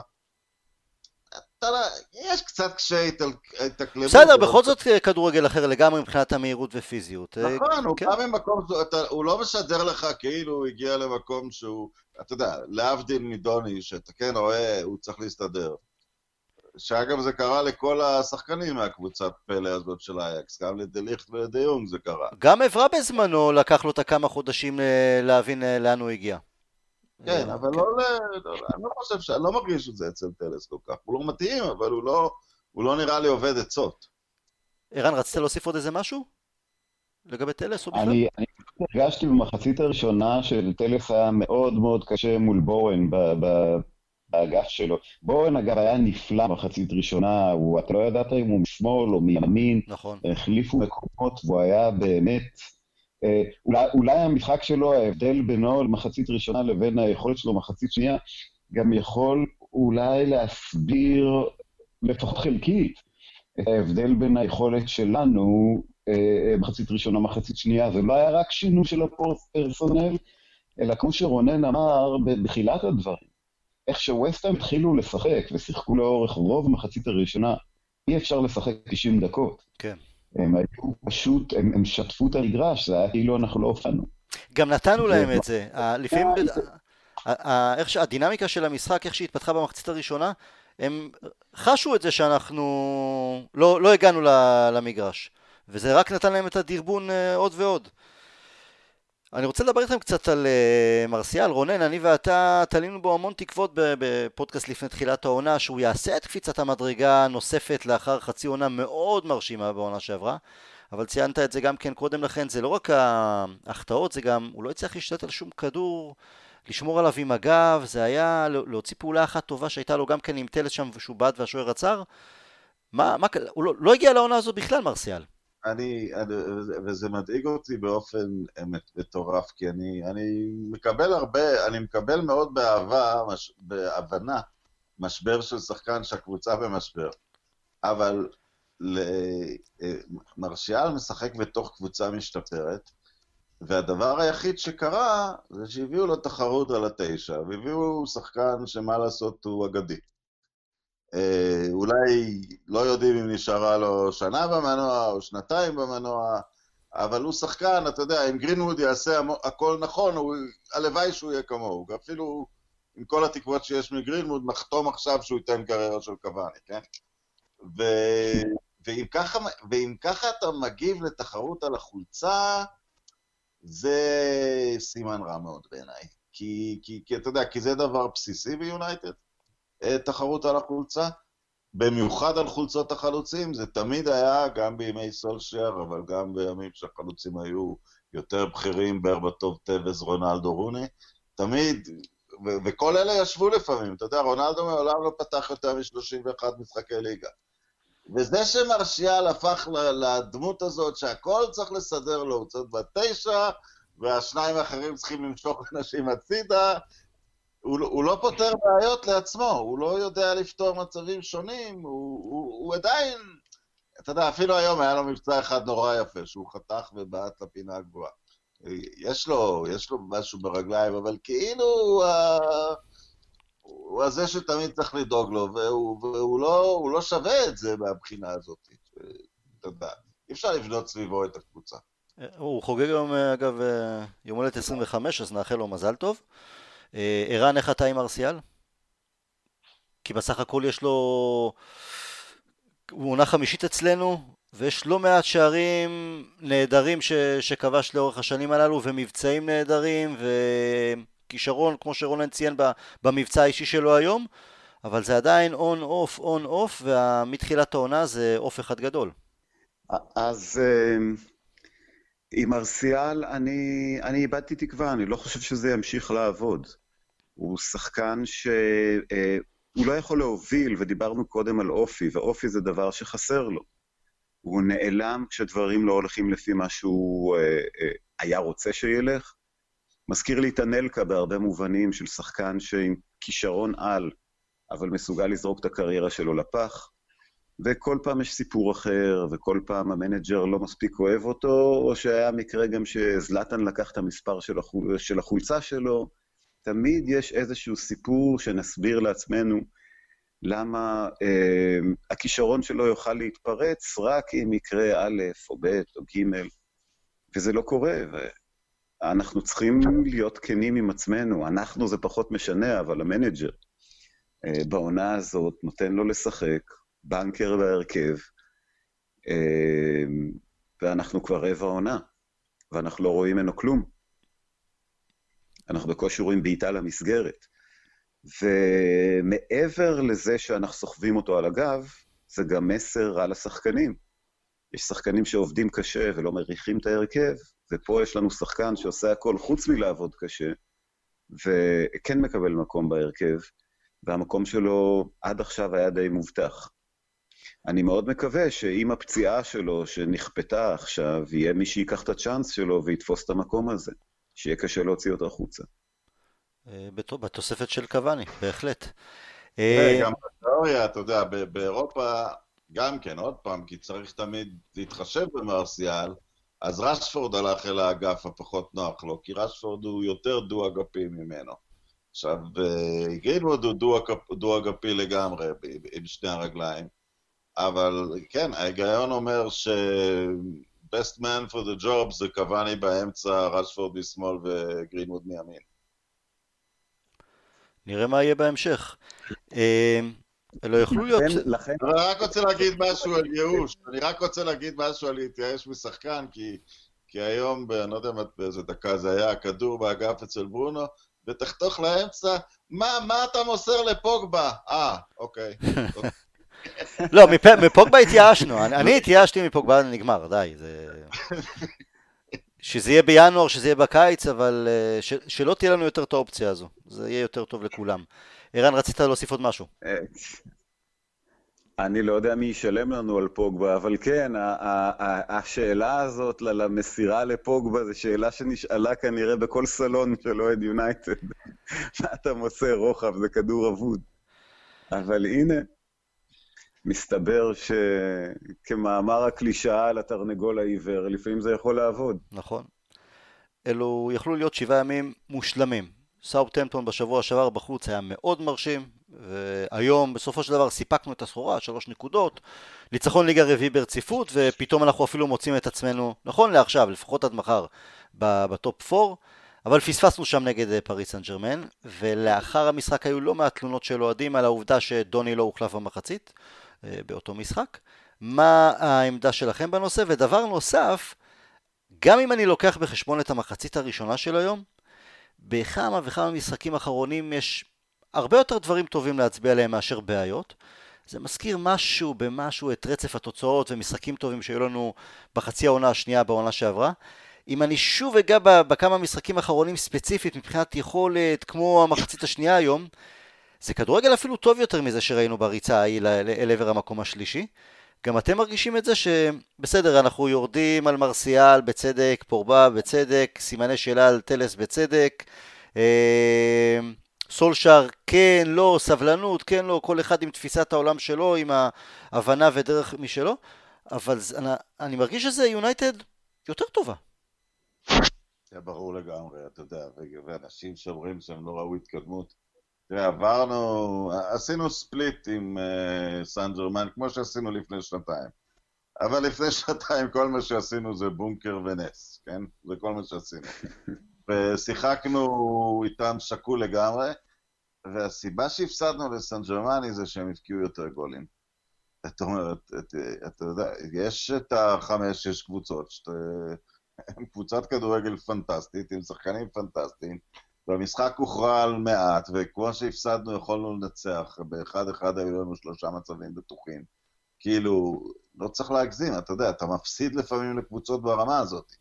אתה יודע, יש קצת קשיי התאקלמות. בסדר, בכל זאת כדורגל אחר לגמרי מבחינת המהירות ופיזיות. נכון, הוא בא ממקום, הוא לא משדר לך כאילו הוא הגיע למקום שהוא, אתה יודע, להבדיל מדוני, שאתה כן רואה, הוא צריך להסתדר. שאגב זה קרה לכל השחקנים מהקבוצת פלא הזאת של אייקס, גם לדליכט ולדיונג זה קרה. גם עברה בזמנו לקח לו את הכמה חודשים להבין לאן הוא הגיע. כן, אבל לא, אני לא חושב ש... אני לא מרגיש את זה אצל טלס כל כך. הוא לא מתאים, אבל הוא לא, הוא לא נראה לי עובד עצות. ערן, רצית להוסיף עוד איזה משהו? לגבי טלס או בכלל? אני הרגשתי במחצית הראשונה של טלס היה מאוד מאוד קשה מול בורן באגף שלו. בורן אגב היה נפלא במחצית ראשונה, אתה לא ידעת אם הוא משמאל או מימין. נכון. החליפו מקומות והוא היה באמת... אולי, אולי המשחק שלו, ההבדל בינו למחצית ראשונה לבין היכולת שלו מחצית שנייה, גם יכול אולי להסביר לפחות חלקית את ההבדל בין היכולת שלנו מחצית ראשונה מחצית שנייה. זה לא היה רק שינוי של הפרסונל, אלא כמו שרונן אמר בתחילת הדברים, איך שווסטהאם התחילו לשחק ושיחקו לאורך רוב מחצית הראשונה, אי אפשר לשחק תשעים דקות. כן. הם היו פשוט, הם, הם שטפו את המגרש, זה היה כאילו אנחנו לא הופענו. גם נתנו להם את זה. לפעמים, איך שהדינמיקה של המשחק, איך שהתפתחה במחצית הראשונה, הם חשו את זה שאנחנו לא, לא הגענו למגרש. וזה רק נתן להם את הדרבון עוד ועוד. אני רוצה לדבר איתכם קצת על uh, מרסיאל. רונן, אני ואתה תלינו בו המון תקוות בפודקאסט לפני תחילת העונה, שהוא יעשה את קפיצת המדרגה נוספת לאחר חצי עונה מאוד מרשימה בעונה שעברה, אבל ציינת את זה גם כן קודם לכן, זה לא רק ההחטאות, זה גם, הוא לא הצליח להשתלט על שום כדור, לשמור עליו עם הגב, זה היה להוציא פעולה אחת טובה שהייתה לו גם כן עם טלס שם שהוא בעט והשוער עצר. מה, מה, הוא לא, לא הגיע לעונה הזו בכלל, מרסיאל. אני, אני, וזה מדאיג אותי באופן מטורף, כי אני, אני מקבל הרבה, אני מקבל מאוד באהבה, מש, בהבנה, משבר של שחקן שהקבוצה במשבר. אבל מרסיאל משחק בתוך קבוצה משתפרת, והדבר היחיד שקרה זה שהביאו לו תחרות על התשע, והביאו שחקן שמה לעשות הוא אגדי. אה, אולי לא יודעים אם נשארה לו שנה במנוע או שנתיים במנוע, אבל הוא שחקן, אתה יודע, אם גרינווד יעשה הכל נכון, הוא, הלוואי שהוא יהיה כמוהו, אפילו עם כל התקוות שיש מגרינווד, נחתום עכשיו שהוא ייתן קריירה של קוואני, כן? ו... ואם ככה, ואם ככה אתה מגיב לתחרות על החולצה, זה סימן רע מאוד בעיניי. כי, כי, כי אתה יודע, כי זה דבר בסיסי ביונייטד, תחרות על החולצה, במיוחד על חולצות החלוצים, זה תמיד היה גם בימי סולשייר, אבל גם בימים שהחלוצים היו יותר בכירים, ברבטוב טבס, רונלדו רוני, תמיד, ו- וכל אלה ישבו לפעמים, אתה יודע, רונלדו מעולם לא פתח יותר מ-שלושים ואחד משחקי ליגה. וזה שמרסיאל הפך לדמות הזאת, שהכל צריך לסדר לו, הוא צריך בתשע, והשניים האחרים צריכים למשוך אנשים הצידה, הוא, הוא לא פותר בעיות לעצמו, הוא לא יודע לפתור מצבים שונים, הוא, הוא, הוא עדיין, אתה יודע, אפילו היום היה לו מבצע אחד נורא יפה, שהוא חתך ובעט לפינה הגבוהה. יש לו, יש לו משהו ברגליים, אבל כאילו הוא, הוא הזה שתמיד צריך לדאוג לו, והוא, והוא לא, הוא לא שווה את זה מהבחינה הזאת. אתה יודע, אי אפשר לבנות סביבו את הקבוצה. הוא חוגג היום, אגב, יום הולדת עשרים וחמש, אז נאחל לו מזל טוב. ערן, איך אתה עם מרסיאל? כי בסך הכל יש לו, הוא עונה חמישית אצלנו, ויש לא מעט שערים נהדרים ש... שכבש לאורך השנים הללו, ומבצעים נהדרים, וכישרון, כמו שרונן ציין במבצע האישי שלו היום, אבל זה עדיין און אוף, און אוף, ומתחילת העונה זה אוף אחד גדול. אז עם מרסיאל אני, אני איבדתי תקווה, אני לא חושב שזה ימשיך לעבוד. הוא שחקן שהוא לא יכול להוביל, ודיברנו קודם על אופי, ואופי זה דבר שחסר לו. הוא נעלם כשדברים לא הולכים לפי מה שהוא היה רוצה שילך. מזכיר לי את הנלקה בהרבה מובנים של שחקן שעם כישרון על, אבל מסוגל לזרוק את הקריירה שלו לפח. וכל פעם יש סיפור אחר, וכל פעם המנג'ר לא מספיק אוהב אותו, או שהיה מקרה גם שזלטן לקח את המספר של, החול, של החולצה שלו. תמיד יש איזשהו סיפור שנסביר לעצמנו למה אה, הכישרון שלו יוכל להתפרץ רק אם יקרה א' או ב' או ג', וזה לא קורה, ואנחנו צריכים להיות כנים עם עצמנו. אנחנו זה פחות משנה, אבל המנג'ר אה, בעונה הזאת נותן לו לשחק, בנקר בהרכב, ואנחנו כבר רבע עונה, ואנחנו לא רואים ממנו כלום. אנחנו בקושי רואים בעיטה למסגרת. ומעבר לזה שאנחנו סוחבים אותו על הגב, זה גם מסר על השחקנים. יש שחקנים שעובדים קשה ולא מריחים את ההרכב, ופה יש לנו שחקן שעושה הכל חוץ מלעבוד קשה, וכן מקבל מקום בהרכב, והמקום שלו עד עכשיו היה די מובטח. אני מאוד מקווה שעם הפציעה שלו שנכפתה עכשיו, יהיה מי שיקח את הצ'אנס שלו ויתפוס את המקום הזה, שיהיה קשה להוציא אותו החוצה. בתוספת של קוואני, בהחלט. גם בתיאוריה, אתה יודע, באירופה גם כן, עוד פעם, כי צריך תמיד להתחשב במרסיאל, אז רשפורד הלך אל האגף הפחות נוח לו, כי רשפורד הוא יותר דו-אגפי ממנו. עכשיו, גרינווד הוא דו-אגפי לגמרי, עם שני הרגליים. אבל כן, ההיגיון אומר ש best man for the job זה קוואני באמצע, רשפורד משמאל וגרינווד מימין. נראה מה יהיה בהמשך. לא יוכלו להיות... אני רק רוצה להגיד משהו על ייאוש, אני רק רוצה להגיד משהו על להתייאש משחקן, כי היום, אני לא יודע באיזה דקה זה היה, הכדור באגף אצל ברונו, ותחתוך לאמצע, מה אתה מוסר לפוגבה? אה, אוקיי. לא, מפוגבה התייאשנו, אני התייאשתי מפוגבה, נגמר, די, שזה יהיה בינואר, שזה יהיה בקיץ, אבל שלא תהיה לנו יותר את האופציה הזו, זה יהיה יותר טוב לכולם. ערן, רצית להוסיף עוד משהו? אני לא יודע מי ישלם לנו על פוגבה, אבל כן, השאלה הזאת למסירה לפוגבה, זו שאלה שנשאלה כנראה בכל סלון של אוהד יונייטד. מה אתה מוסר רוחב, זה כדור אבוד. אבל הנה, מסתבר שכמאמר הקלישאה על התרנגול העיוור, לפעמים זה יכול לעבוד. נכון. אלו יכלו להיות שבעה ימים מושלמים. סאות'המפטון בשבוע שעבר בחוץ היה מאוד מרשים, והיום בסופו של דבר סיפקנו את הסחורה, שלוש נקודות, ניצחון ליגה רביעי ברציפות, ופתאום אנחנו אפילו מוצאים את עצמנו, נכון לעכשיו, לפחות עד מחר, בטופ ארבע, אבל פספסנו שם נגד פריס סן ז'רמן, ולאחר המשחק היו לא מעט תלונות של אוהדים על העובדה שדוני לא הוחלף במחצית, באותו משחק. מה העמדה שלכם בנושא? ודבר נוסף, גם אם אני לוקח בחשבון את המחצית הראשונה של היום, בכמה וכמה משחקים אחרונים יש הרבה יותר דברים טובים להצביע עליהם מאשר בעיות. זה מזכיר משהו במשהו את רצף התוצאות ומשחקים טובים שהיו לנו בחצי העונה השנייה בעונה שעברה. אם אני שוב אגע בכמה משחקים אחרונים ספציפית מבחינת יכולת כמו המחצית השנייה היום, זה כדורגל אפילו טוב יותר מזה שראינו בריצה ההיא אל עבר המקום השלישי. גם אתם מרגישים את זה שבסדר, אנחנו יורדים על מרסיאל בצדק, פורבה בצדק, סימני שאלה על טלס בצדק, אה, סולשר כן, לא, סבלנות, כן, לא, כל אחד עם תפיסת העולם שלו, עם ההבנה ודרך משלו, אבל אני, אני מרגיש שזה יונייטד יותר טובה. זה ברור לגמרי, אתה יודע, ואנשים שאומרים שהם לא ראו התקדמות. תראה, עברנו, עשינו ספליט עם uh, סן ז'רמן, כמו שעשינו לפני שנתיים. אבל לפני שנתיים כל מה שעשינו זה בונקר ונס, כן? זה כל מה שעשינו. ושיחקנו איתם שקול לגמרי, והסיבה שהפסדנו לסן ז'רמני זה שהם הפקיעו יותר גולים. זאת אומרת, את, אתה יודע, יש את החמש, שש קבוצות, שת, הם קבוצת כדורגל פנטסטית, עם שחקנים פנטסטיים, והמשחק הוכרע על מעט, וכמו שהפסדנו יכולנו לנצח, באחד אחד היו לנו שלושה מצבים בטוחים. כאילו, לא צריך להגזים, אתה יודע, אתה מפסיד לפעמים לקבוצות ברמה הזאת.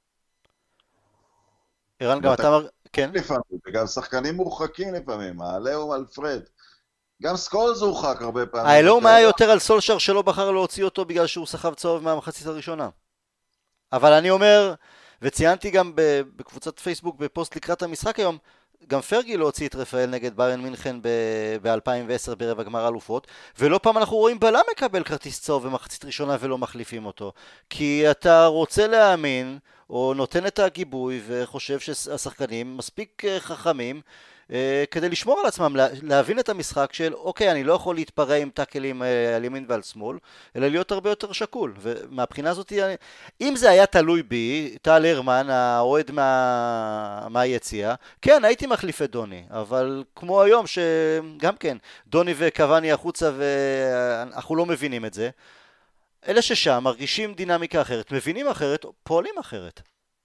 ערן, גם אתה... כן? לפעמים, וגם שחקנים מורחקים לפעמים, האלאום על פרד. גם סקולס הורחק הרבה פעמים. האלאום היה יותר על סולשר שלא בחר להוציא אותו בגלל שהוא סחב צהוב מהמחצית הראשונה. אבל אני אומר, וציינתי גם בקבוצת פייסבוק בפוסט לקראת המשחק היום, גם פרגי לא הוציא את רפאל נגד ביירן מינכן ב-אלפיים ועשר ברבע גמר אלופות, ולא פעם אנחנו רואים בלם מקבל כרטיס צהוב במחצית ראשונה ולא מחליפים אותו. כי אתה רוצה להאמין, או נותן את הגיבוי, וחושב שהשחקנים מספיק חכמים, כדי לשמור על עצמם, להבין את המשחק של אוקיי, אני לא יכול להתפרע עם טאקלים על ימין ועל שמאל, אלא להיות הרבה יותר שקול. ומהבחינה הזאת, אם זה היה תלוי בי, טל הרמן, האוהד מה... מהיציאה, כן, הייתי מחליף את דוני, אבל כמו היום שגם כן, דוני וקוואני החוצה ואנחנו לא מבינים את זה, אלה ששם מרגישים דינמיקה אחרת, מבינים אחרת, פועלים אחרת.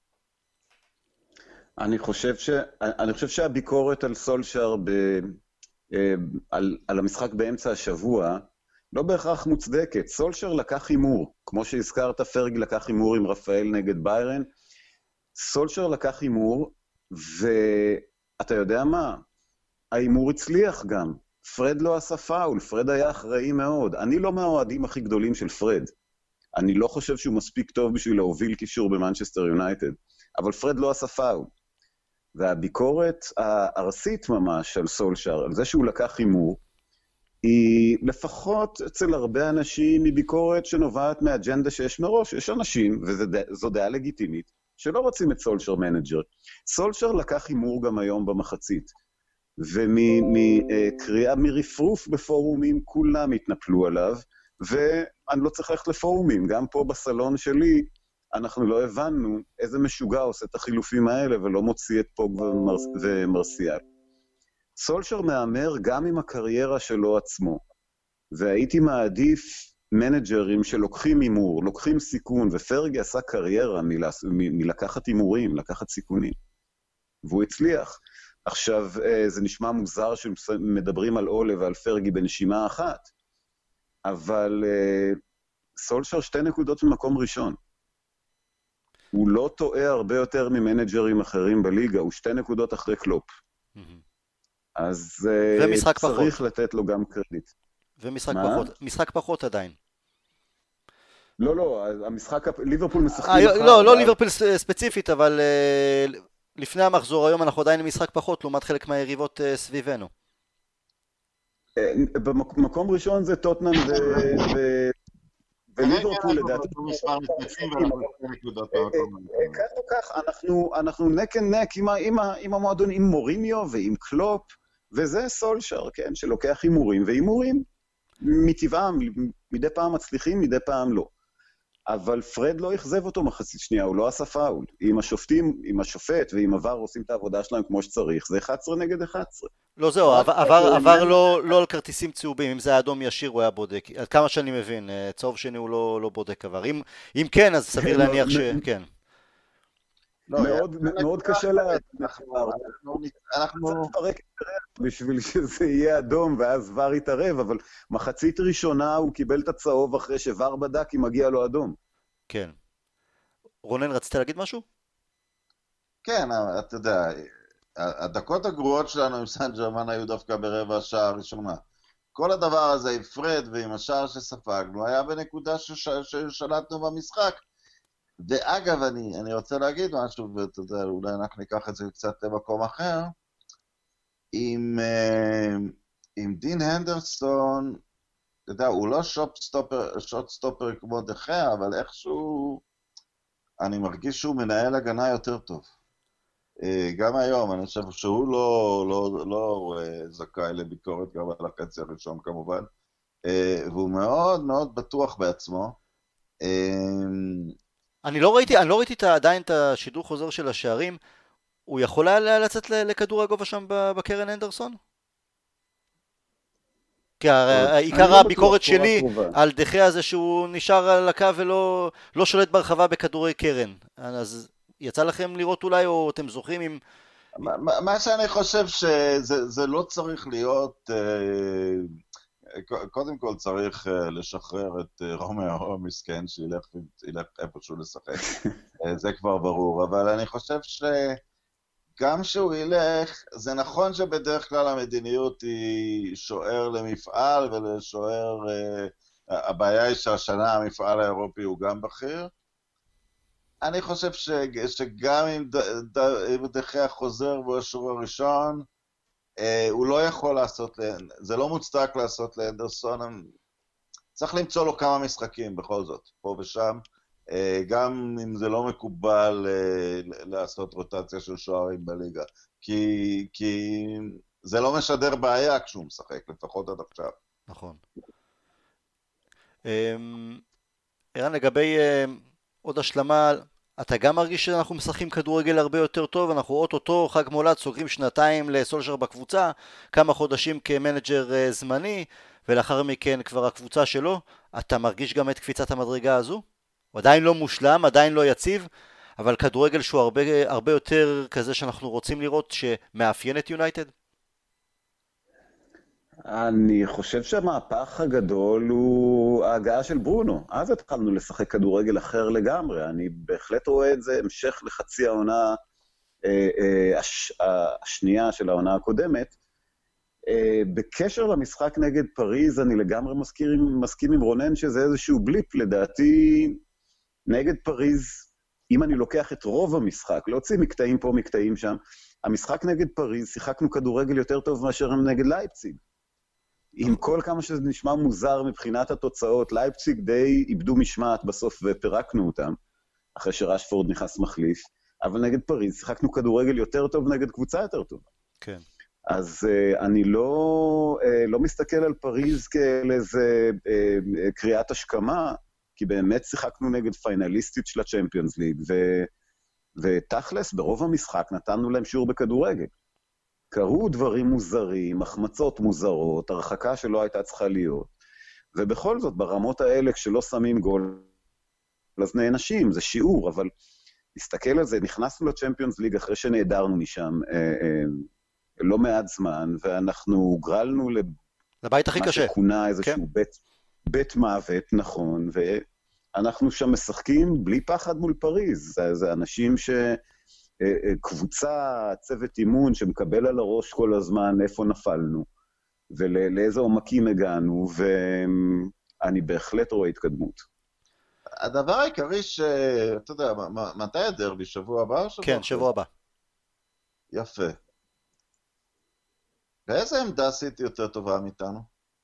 אני חושב ש... אני חושב שהביקורת על סולשר ב... על... על המשחק באמצע השבוע לא בהכרח מוצדקת. סולשר לקח הימור, כמו שהזכרת, פרגי לקח הימור עם רפאל נגד ביירן. סולשר לקח הימור, ואתה יודע מה? ההימור הצליח גם. פרד לא עשה פאול, פרד היה אחראי מאוד. אני לא מהאוהדים הכי גדולים של פרד. אני לא חושב שהוא מספיק טוב בשביל להוביל קישור במנצ'סטר יונייטד, אבל פרד לא עשה פאול. והביקורת הארסית ממש על סולשר, על זה שהוא לקח הימור, היא לפחות אצל הרבה אנשים מביקורת שנובעת מהאג'נדה שיש מראש. יש אנשים, וזו דעה לגיטימית, שלא רוצים את סולשר מנג'ר. סולשר לקח הימור גם היום במחצית, ומקריאה מרפרוף בפורומים כולם התנפלו עליו, ואני לא צריך ללכת לפורומים, גם פה בסלון שלי, אנחנו לא הבנו איזה משוגע עושה את החילופים האלה, ולא מוציא את פוג ומרס... ומרסיאל. סולשר מאמר גם עם הקריירה שלו עצמו, והייתי מעדיף מנג'רים שלוקחים הימור, לוקחים סיכון, ופרגי עשה קריירה מלס... מ... מלקחת הימורים, לקחת סיכונים, והוא הצליח. עכשיו, זה נשמע מוזר שמדברים על אולה ועל פרגי בנשימה אחת, אבל סולשר שתי נקודות ממקום ראשון. הוא לא טועה הרבה יותר ממנג'רים אחרים בליגה, הוא שתי נקודות אחרי קלופ. אז צריך פחות. לתת לו גם קרדיט. ומשחק פחות, משחק פחות עדיין. לא, לא, המשחק, ליברפול משחקים... לא, לא ליברפול ספציפית, אבל לפני המחזור, היום אנחנו עדיין במשחק פחות, לעומת חלק מהיריבות סביבנו. במקום ראשון זה טוטנאם וליברפול לדעתי. כך או כך, אנחנו נק אנד נק עם המועדון, עם מוריניו ועם קלופ, וזה סולשר, כן, שלוקח הימורים, והימורים מטבעם, מדי פעם מצליחים, מדי פעם לא. אבל פרד לא יחזב אותו מחצית שנייה, הוא לא עשה פאול. אם השופטים, אם השופט ועם עבר עושים את העבודה שלהם כמו שצריך, זה אחת עשרה נגד אחת עשרה. לא זהו, עבר לא על כרטיסים צהובים, אם זה האדום ישיר הוא היה בודק. עד כמה שאני מבין, צהוב שני הוא לא בודק עבר. אם כן, אז סביר להניח שכן. מאוד קשה לה... אנחנו נפרק בשביל שזה יהיה אדום ואז ור יתערב, אבל מחצית ראשונה הוא קיבל את הצהוב אחרי שוור בדק אם מגיע לו אדום. כן. רונן, רצית להגיד משהו? כן, אתה יודע, הדקות הגרועות שלנו עם סן ג'רמן היו דווקא ברבע השעה הראשונה. כל הדבר הזה עם פרד ועם השער שספגנו היה בנקודה ששלטנו במשחק. ואגב, אני, אני רוצה להגיד משהו, ואתה יודע, אולי אנחנו ניקח את זה קצת למקום אחר, עם, עם דין הנדרסון, אתה יודע, הוא לא שוט סטופר, שוט סטופר כמו דחה, אבל איכשהו, אני מרגיש שהוא מנהל הגנה יותר טוב. גם היום, אני חושב שהוא לא, לא, לא זכאי לביקורת, גם על החצי הראשון כמובן, והוא מאוד מאוד בטוח בעצמו. אני לא ראיתי, אני לא ראיתי עדיין את השידור חוזר של השערים. הוא יכול היה לצאת לכדור הגובה שם בקרן אנדרסון? כי העיקר הביקורת שלי על דחה הזה שהוא נשאר על הקו ולא לא שולט ברחבה בכדורי קרן. אז יצא לכם לראות אולי, או אתם זוכרים אם... מה שאני חושב שזה לא צריך להיות... קודם כל צריך לשחרר את רומאו מסכן, שילך איפשהו לשחק, זה כבר ברור, אבל אני חושב שגם שהוא ילך, זה נכון שבדרך כלל המדיניות היא שוער למפעל ולשוער, הבעיה היא שהשנה המפעל האירופי הוא גם בכיר, אני חושב ש, שגם אם, ד, ד, אם דחיה חוזר בשיעור הראשון, אה, הוא לא יכול לעשות, זה לא מוצדק לעשות לאנדרסון, צריך למצוא לו כמה משחקים בכל זאת, פה ושם, אה, גם אם זה לא מקובל אה, לעשות רוטציה של שוערים בליגה, כי, כי זה לא משדר בעיה כשהוא משחק, לפחות עד עכשיו. נכון. ערן, לגבי עוד השלמה, אתה גם מרגיש שאנחנו משחקים כדורגל הרבה יותר טוב, אנחנו אוטוטו חג מולד, סוגרים שנתיים לסולשר בקבוצה, כמה חודשים כמנג'ר זמני, ולאחר מכן כבר הקבוצה שלו, אתה מרגיש גם את קפיצת המדרגה הזו? הוא עדיין לא מושלם, עדיין לא יציב, אבל כדורגל שהוא הרבה, הרבה יותר כזה שאנחנו רוצים לראות שמאפיין את יונייטד? אני חושב שהמהפך הגדול הוא ההגעה של ברונו. אז התחלנו לשחק כדורגל אחר לגמרי. אני בהחלט רואה את זה המשך לחצי העונה אה, אה, הש, השנייה של העונה הקודמת. אה, בקשר למשחק נגד פריז, אני לגמרי מסכים, מסכים עם רונן שזה איזשהו בליפ. לדעתי, נגד פריז, אם אני לוקח את רוב המשחק, להוציא מקטעים פה, מקטעים שם, המשחק נגד פריז, שיחקנו כדורגל יותר טוב מאשר נגד לייפציג. עם כל כמה שזה נשמע מוזר מבחינת התוצאות, לייפציג די איבדו משמעת בסוף ופרקנו אותם, אחרי שרשפורד נכנס מחליף, אבל נגד פריז שיחקנו כדורגל יותר טוב נגד קבוצה יותר טובה. כן. אז uh, אני לא, uh, לא מסתכל על פריז כאל איזה uh, קריאת השכמה, כי באמת שיחקנו נגד פיינליסטית של הצ'מפיונס ליג, ו, ותכלס ברוב המשחק נתנו להם שיעור בכדורגל. קרו דברים מוזרים, החמצות מוזרות, הרחקה שלא הייתה צריכה להיות. ובכל זאת, ברמות האלה, כשלא שמים גול, אז נענשים, זה שיעור, אבל נסתכל על זה, נכנסנו לצ'מפיונס ליג אחרי שנעדרנו משם אה, אה, לא מעט זמן, ואנחנו הוגרלנו לבית הכי קשה. מה שכונה איזשהו כן. בית, בית מוות, נכון, ואנחנו שם משחקים בלי פחד מול פריז. זה, זה אנשים ש... קבוצה, צוות אימון שמקבל על הראש כל הזמן איפה נפלנו, ולאיזה עומקים הגענו, ואני בהחלט רואה התקדמות. הדבר העיקרי שאתה יודע, מתי הדרבי? שבוע הבא או שבוע? כן, שבוע הבא. יפה. באיזה עמדה עשיתי יותר טובה מאיתנו?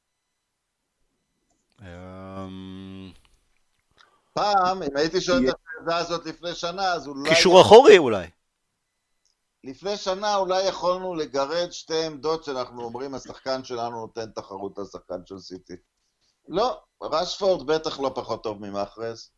פעם, אם הייתי שואל את העמדה הזאת לפני שנה, אז אולי... קישור אחורי אולי. לפני שנה אולי יכולנו לגרד שתי עמדות שאנחנו אומרים, השחקן שלנו נותן תחרות לשחקן של סיטי. לא, רשפורד בטח לא פחות טוב ממחרז.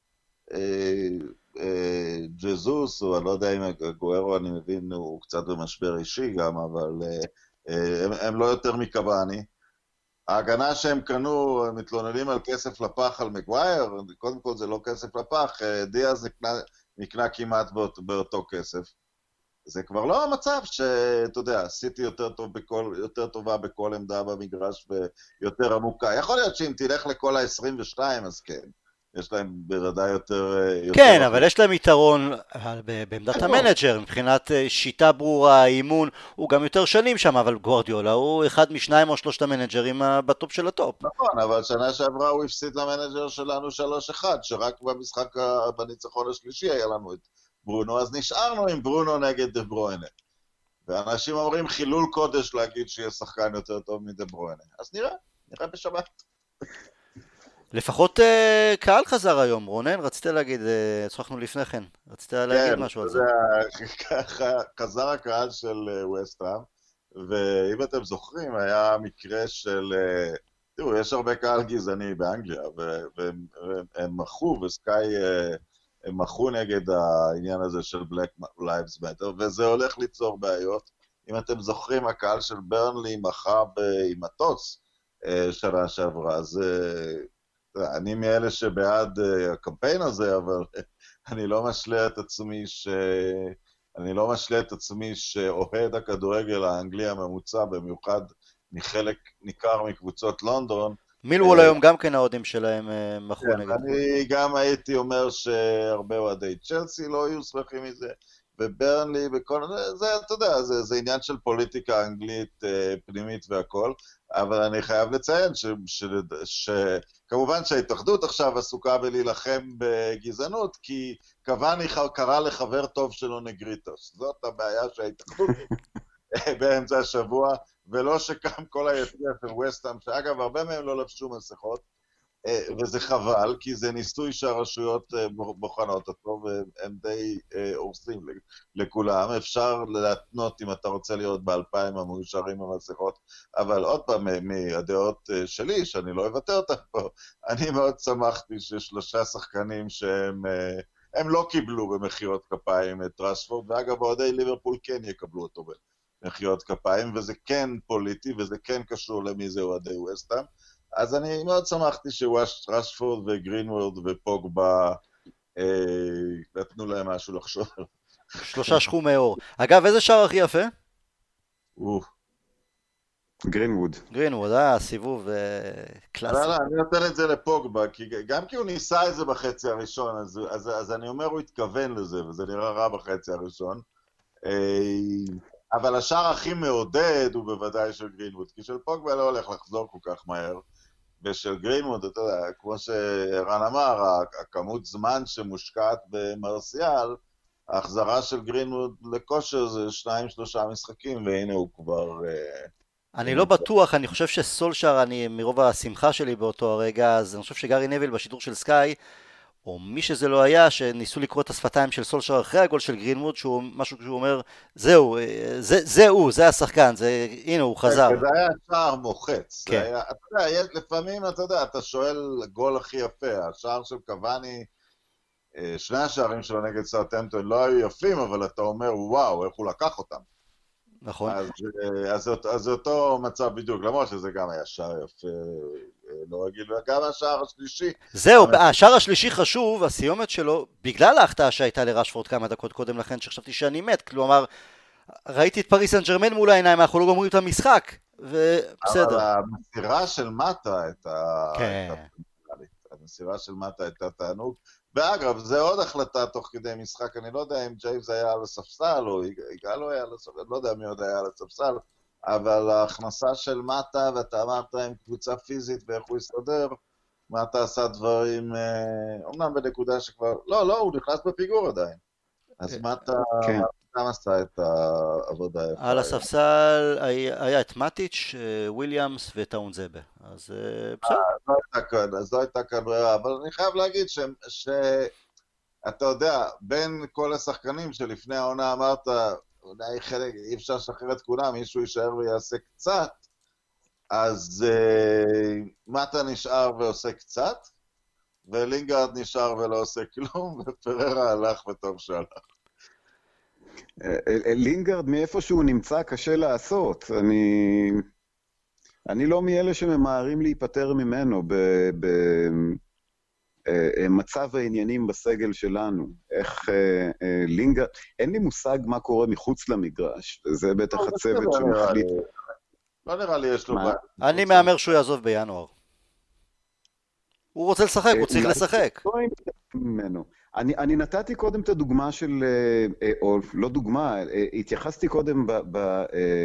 ג'זוס, או אני לא יודע אם גוארו, אני מבין, הוא קצת במשבר אישי גם, אבל הם, הם לא יותר מקבאני. ההגנה שהם קנו, הם מתלוננים על כסף לפח על מגווייר, קודם כל זה לא כסף לפח, דיאז נקנה, נקנה כמעט באות, באותו כסף. זה כבר לא המצב שאתה יודע, סיטי יותר, טוב בכל, יותר טובה בכל עמדה במגרש ויותר עמוקה. יכול להיות שאם תלך לכל ה-עשרים ושתיים, אז כן. יש להם בוודאי יותר... כן, יותר אבל יש להם יתרון בעמדת המנג'ר, מבחינת שיטה ברורה, אימון, הוא גם יותר שנים שם, אבל גוארדיולה הוא אחד משניים או שלושת המנג'רים בטופ של הטופ. נכון, אבל שנה שעברה הוא הפסיד למנג'ר שלנו שלוש אחד, שרק במשחק, בניצחון השלישי היה לנו את ברונו, אז נשארנו עם ברונו נגד דה ברוינה. ואנשים אומרים חילול קודש להגיד שיהיה שחקן יותר טוב מדה ברוינה. אז נראה, נראה בשבת. לפחות uh, קהל חזר היום, רונן, רצית להגיד, uh, צחקנו לפני כן, רצית להגיד כן, משהו על זה. כן, חזר הקהל של ווסט-האם, ואם אתם זוכרים, היה מקרה של, uh, תראו, יש הרבה קהל גזעני באנגליה, והם מחו, וסקאי, uh, הם מחו נגד העניין הזה של Black Lives Matter, וזה הולך ליצור בעיות. אם אתם זוכרים, הקהל של ברנלי מחה עם מטוס uh, שנה שעברה, אז... Uh, אני מאלה שבעד הקמפיין הזה, אבל אני לא משלה את עצמי ש... אני לא משלה את עצמי שאוהד הכדורגל האנגלי הממוצע, במיוחד מחלק ניכר מקבוצות לונדון. מילוול היום גם כן האוהדים שלהם מחו נגד. אני גם הייתי אומר שהרבה אוהדי צ'לסי לא היו שמחים מזה, וברנלי וכל... זה, אתה יודע, זה, זה עניין של פוליטיקה אנגלית פנימית והכל, אבל אני חייב לציין ש, ש, ש, שכמובן שההתאחדות עכשיו עסוקה בלהילחם בגזענות, כי קוואני קרא לחבר טוב שלו נגריטוס. זאת הבעיה שההתאחדות באמצע השבוע, ולא שקם כל היציע של ווסטהאם, שאגב הרבה מהם לא לבשו מסכות, וזה חבל, כי זה ניסוי שהרשויות בוחנות אותו, והם די הורסים לכולם. אפשר להתנות אם אתה רוצה להיות באלפיים המאושרים במסכות, אבל עוד פעם, מהדעות שלי, שאני לא אבטא אותם פה, אני מאוד שמחתי ששלושה שחקנים שהם הם לא קיבלו במחיאות כפיים את רשפורד, ואגב, אוהדי ליברפול כן יקבלו אותו במחיאות כפיים, וזה כן פוליטי, וזה כן קשור למי זה אוהדי ווסטהאם. אז אני מאוד שמחתי שרשפורד וגרינוורד ופוגבה אה, נתנו להם משהו לחשוב. שלושה שחומי אור. אגב, איזה שער הכי יפה? גרינווד. גרינווד, אה, סיבוב קלאסי. לא, לא, אני נותן את זה לפוגבה, כי גם כי הוא ניסה את זה בחצי הראשון, אז, אז, אז אני אומר הוא התכוון לזה, וזה נראה רע בחצי הראשון. אבל השער הכי מעודד הוא בוודאי של גרינווד, כי של פוגבה לא הולך לחזור כל כך מהר. ושל גרינווד, אתה יודע, כמו שרן אמר, הכמות זמן שמושקעת במרסיאל, ההחזרה של גרינווד לכושר זה שניים, שלושה משחקים, והנה הוא כבר... אני לא בטוח, אני חושב שסולשר, אני מרוב השמחה שלי באותו הרגע, אז אני חושב שגארי נביל בשידור של סקאי, או מי שזה לא היה, שניסו לקרוא את השפתיים של סולשר אחרי הגול של גרינווד, שהוא משהו שהוא אומר, זהו, זה, זה הוא, זה השחקן, זה, הנה הוא חזר. זה היה שער מוחץ. כן. היה, אתה יודע, לפעמים אתה יודע, אתה שואל גול הכי יפה, השער של קוואני, שני השערים שלו נגד סאות'המפטון לא היו יפים, אבל אתה אומר, וואו, איך הוא לקח אותם. נכון. אז, אז, אז זה אותו מצב בדיוק, למרות שזה גם היה שער יפה, לא רגיל, וגם השער השלישי. זהו, השער השלישי חשוב, הסיומת שלו, בגלל ההחטאה שהייתה לרשפורד כמה דקות קודם לכן, שחשבתי שאני מת, כלומר, ראיתי את פריס סן ז'רמן מול העיניים, אנחנו לא גומרים את המשחק, ובסדר. אבל המסירה של מטה הייתה... כן. המסירה של מטה הייתה תענוג, ואגב, זה עוד החלטה תוך כדי משחק, אני לא יודע אם ג'יימס היה על הספסל, או יגאלו היה על הספסל, לא יודע מי עוד היה על הספסל, אבל ההכנסה של מטה, ואתה אמרת עם קבוצה פיזית ואיך הוא יסתדר, מטה עשה דברים, אומנם בנקודה שכבר, לא, לא, הוא נכנס בפיגור עדיין. אז מטה גם עשה את העבודה יפה. על הספסל היה את מטיץ', וויליאמס וטאונזבה, אז בסדר. אז לא הייתה כאן ברירה, אבל אני חייב להגיד שאתה יודע, בין כל השחקנים שלפני העונה אמרת, אולי חלק, אי אפשר לשחרר את כולם, מישהו יישאר ויעשה קצת, אז מטה נשאר ועושה קצת, ולינגארד נשאר ולא עושה כלום, ופררה הלך וטוב שהלך. לינגארד מאיפה שהוא נמצא קשה לעשות, אני... אני לא מאלה שממהרים להיפטר ממנו במצב העניינים בסגל שלנו. איך לינגארד, אין לי מושג מה קורה מחוץ למגרש, זה בטח הצוות שמחליט. לא נראה לי יש לו בעיה. אני מאמר שהוא יעזוב בינואר. הוא רוצה לשחק, הוא צריך לשחק. אני, אני נתתי קודם את הדוגמה של, או לא דוגמה, התייחסתי קודם ב... ב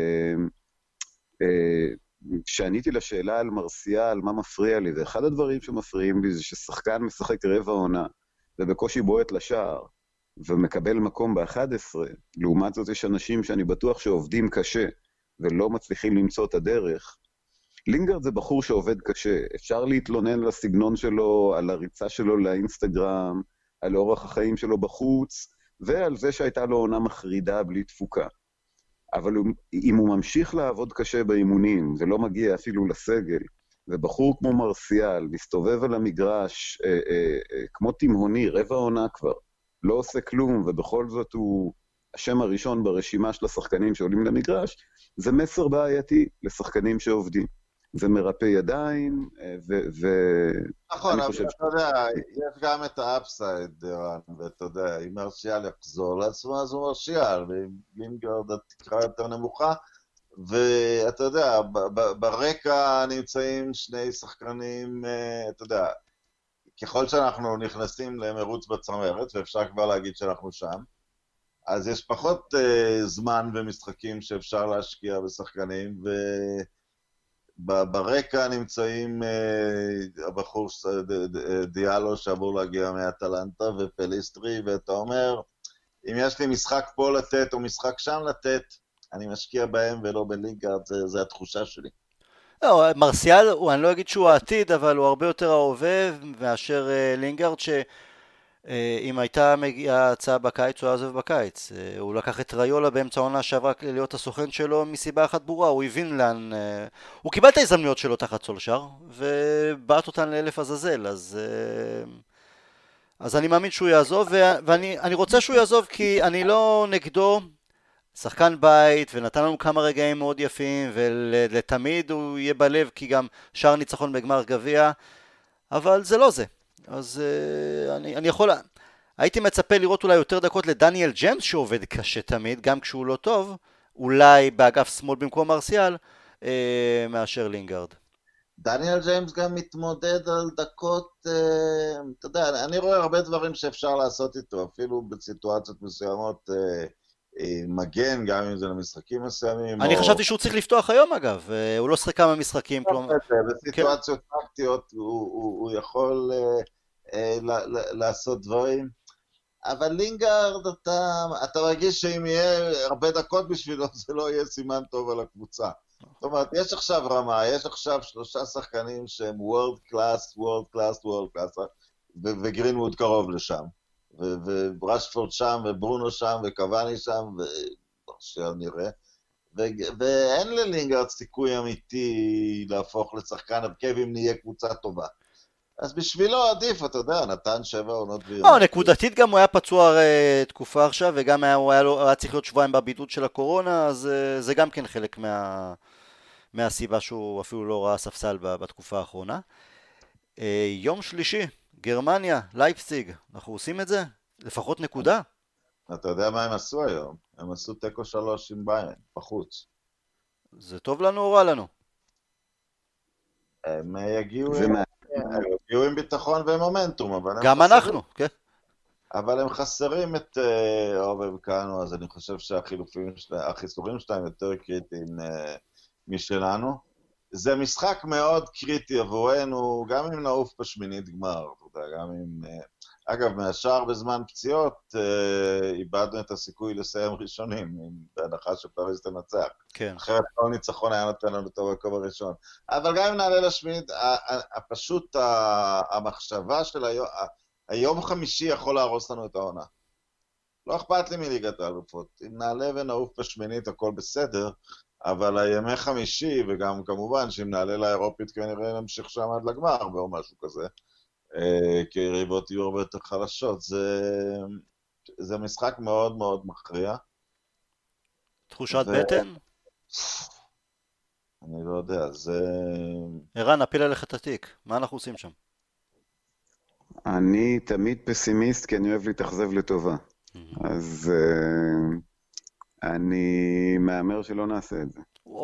שעניתי לשאלה על מרסיאל, מה מפריע לי, ואחד הדברים שמפריעים לי זה ששחקן משחק רבע עונה, ובקושי בועט לשער, ומקבל מקום ב-אחת עשרה, לעומת זאת יש אנשים שאני בטוח שעובדים קשה, ולא מצליחים למצוא את הדרך. לינגארד זה בחור שעובד קשה, אפשר להתלונן על הסגנון שלו, על הריצה שלו לאינסטגרם, על אורח החיים שלו בחוץ, ועל זה שהייתה לו עונה מחרידה בלי תפוקה. אבל אם הוא ממשיך לעבוד קשה באימונים, ולא מגיע אפילו לסגל, ובחור כמו מרסיאל, מסתובב על המגרש, אה, אה, אה, כמו תימהוני, רבע עונה כבר, לא עושה כלום, ובכל זאת הוא השם הראשון ברשימה של השחקנים שעולים למגרש, זה מסר בעייתי לשחקנים שעובדים. זה מרפא ידיים, ו... ו... נכון, אבל אתה יודע, יש גם את האפסייד, דרן, ואתה יודע, אם מרסיאל יחזור לעצמו, אז הוא מרסיאל, ואם לינגארד התקרה יותר נמוכה, ואתה יודע, ברקע נמצאים שני שחקנים, אתה יודע, ככל שאנחנו נכנסים למרוץ בצמרת, ואפשר כבר להגיד שאנחנו שם, אז יש פחות זמן ומשחקים שאפשר להשקיע בשחקנים, ו... ברקע נמצאים uh, הבחור ש... דיאלו שעבור להגיע מאטלנטה ופליסטרי, ואתה אומר, אם יש לי משחק פה לתת או משחק שם לתת, אני משקיע בהם ולא בלינגארד, זה, זה התחושה שלי. לא, מרסיאל, הוא, אני לא אגיד שהוא העתיד, אבל הוא הרבה יותר ההווה מאשר uh, לינגארד, שאם uh, הייתה מגיעה הצעה בקיץ, הוא היה עוזב בקיץ. Uh, הוא לקח את ריולה באמצע העונה שעברה להיות הסוכן שלו מסיבה אחת ברורה, הוא הבין לאן... Uh, הוא קיבל את ההזדמנויות שלו תחת סולשר, ובעט אותן לאלף עזאזל, אז... Uh, אז אני מאמין שהוא יעזוב, ואני אני רוצה שהוא יעזוב כי אני לא נגדו, שחקן בית, ונתן לנו כמה רגעים מאוד יפים, ולתמיד הוא יהיה בלב, כי גם שער ניצחון בגמר גביע, אבל זה לא זה. אז uh, אני, אני יכול... הייתי מצפה לראות אולי יותר דקות לדניאל ג'יימס, שעובד קשה תמיד, גם כשהוא לא טוב, אולי באגף שמאל במקום מרסיאל, uh, מאשר לינגארד. דניאל ג'יימס גם מתמודד על דקות, אה, אתה יודע, אני רואה הרבה דברים שאפשר לעשות איתו, אפילו בסיטואציות מסוימות אה, אה, מגן, גם אם זה למשחקים מסוימים. אני או... חשבתי שהוא צריך לפתוח היום אגב, אה, הוא לא שחק כמה משחקים. כלומר... בסיטואציות טקטיות הוא, הוא, הוא יכול אה, אה, ל- ל- לעשות דברים, אבל לינגארד, אתה, אתה מרגיש שאם יהיה הרבה דקות בשבילו, זה לא יהיה סימן טוב על הקבוצה. זאת אומרת, יש עכשיו רמה, יש עכשיו שלושה שחקנים שהם וורד קלאס, וורד קלאס, וורד קלאס, וגרינווד קרוב לשם, ורשפורד שם, וברונו שם, וקוואני שם, ועכשיו נראה, ואין ללינגארד סיכוי אמיתי להפוך לשחקן הרכב אם נהיה קבוצה טובה. אז בשבילו עדיף, אתה יודע, נתן שבע עונות ויום. לא, נקודתית גם הוא היה פצוע תקופה עכשיו, וגם הוא היה, היה צריך להיות שבועיים בבידוד של הקורונה, אז זה גם כן חלק מה, מהסיבה שהוא אפילו לא ראה ספסל בתקופה האחרונה. יום שלישי, גרמניה, לייפציג, אנחנו עושים את זה? לפחות נקודה? אתה יודע מה הם עשו היום? הם עשו טקו שלוש עם ביירן, בחוץ. זה טוב לנו או רע לנו? הם יגיעו... הם יגיעו עם ביטחון ומומנטום, אבל הם גם חסרים, אנחנו, כן. אבל הם חסרים את אובב קאנו, אז אני חושב שהחילופים, החיסורים שלהם יותר קריטיים משלנו. זה משחק מאוד קריטי עבורנו, גם אם נעוף בשמינית גמר, אתה יודע, גם אם... אגב, מהשאר בזמן פציעות, איבדנו את הסיכוי לסיים ראשונים, בהנחה שפריז תנצח. כן. אחרת כל ניצחון היה נותן לנו את המקום הראשון. אבל גם אם נעלה לשמינית, פשוט המחשבה של היום, היום חמישי יכול להרוס לנו את העונה. לא אכפת לי מליגת האלופות. אם נעלה ונעוף בשמינית, הכל בסדר, אבל הימי חמישי, וגם כמובן שאם נעלה לאירופית, כנראה נמשיך שם עד לגמר, או משהו כזה. כי יריבות יהיו הרבה יותר חלשות. זה, זה משחק מאוד מאוד מכריע. תחושת ו... בטן? אני לא יודע, זה... ערן, נפיל עליך את התיק. מה אנחנו עושים שם? אני תמיד פסימיסט, כי אני אוהב להתאכזב לטובה. אז uh, אני מאמר שלא נעשה את זה.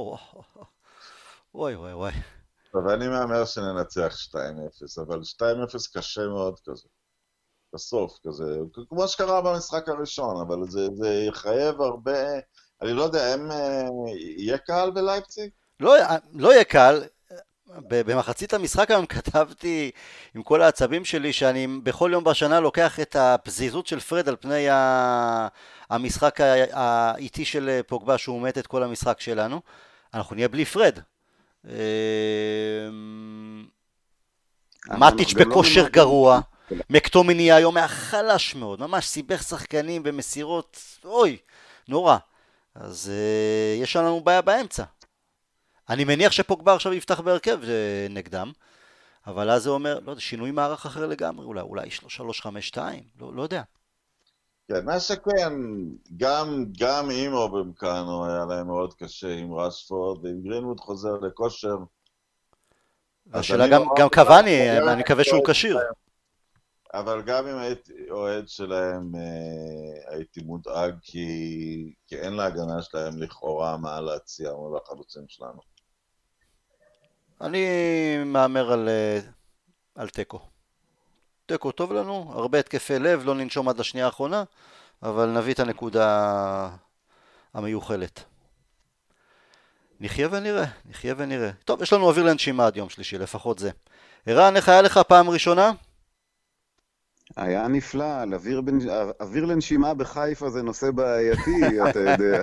וואי וואי וואי. אבל אני מאמר שננצח שתיים אפס, אבל שתיים אפס קשה מאוד כזה. בסוף כזה, כמו שקרה במשחק הראשון, אבל זה, זה יחייב הרבה... אני לא יודע, הם... יהיה קהל בלייפציג? לא, לא יהיה קהל. במחצית המשחק היום כתבתי עם כל העצבים שלי שאני בכל יום בשנה לוקח את הפזיזות של פרד על פני המשחק האיטי של פוגבה שהוא מת את כל המשחק שלנו. אנחנו נהיה בלי פרד. מטיץ' בכושר גרוע, מקטומיני היום היה חלש מאוד, ממש סיבך שחקנים במסירות, אוי, נורא. אז יש לנו בעיה באמצע. אני מניח שפוגבה עכשיו יפתח בהרכב נגדם, אבל אז זה אומר, לא יודע, שינוי מערך אחר לגמרי, אולי, אולי שלוש חמש שתיים, לא, לא יודע. כן, מה שכן, גם, גם עם אובם קאנו היה להם מאוד קשה עם רשפורד, ועם גרינווד חוזר לכושר. השאלה גם, גם קוואני, אני מקווה שהוא קשיר. אבל גם אם הייתי אוהד שלהם, הייתי מודאג, כי, כי אין להגנה שלהם לכאורה מה להציע מול החלוצים שלנו. אני מאמר על, על טקו. טקו טוב לנו, הרבה התקפי לב, לא ננשום עד לשנייה האחרונה, אבל נביא את הנקודה המיוחלת. נחיה ונראה, נחיה ונראה. טוב, יש לנו אוויר לנשימה עד יום שלישי, לפחות זה. ערן, איך היה לך פעם ראשונה? היה נפלא, על אוויר, בנ... אוויר לנשימה בחיפה זה נושא בעייתי, אתה יודע.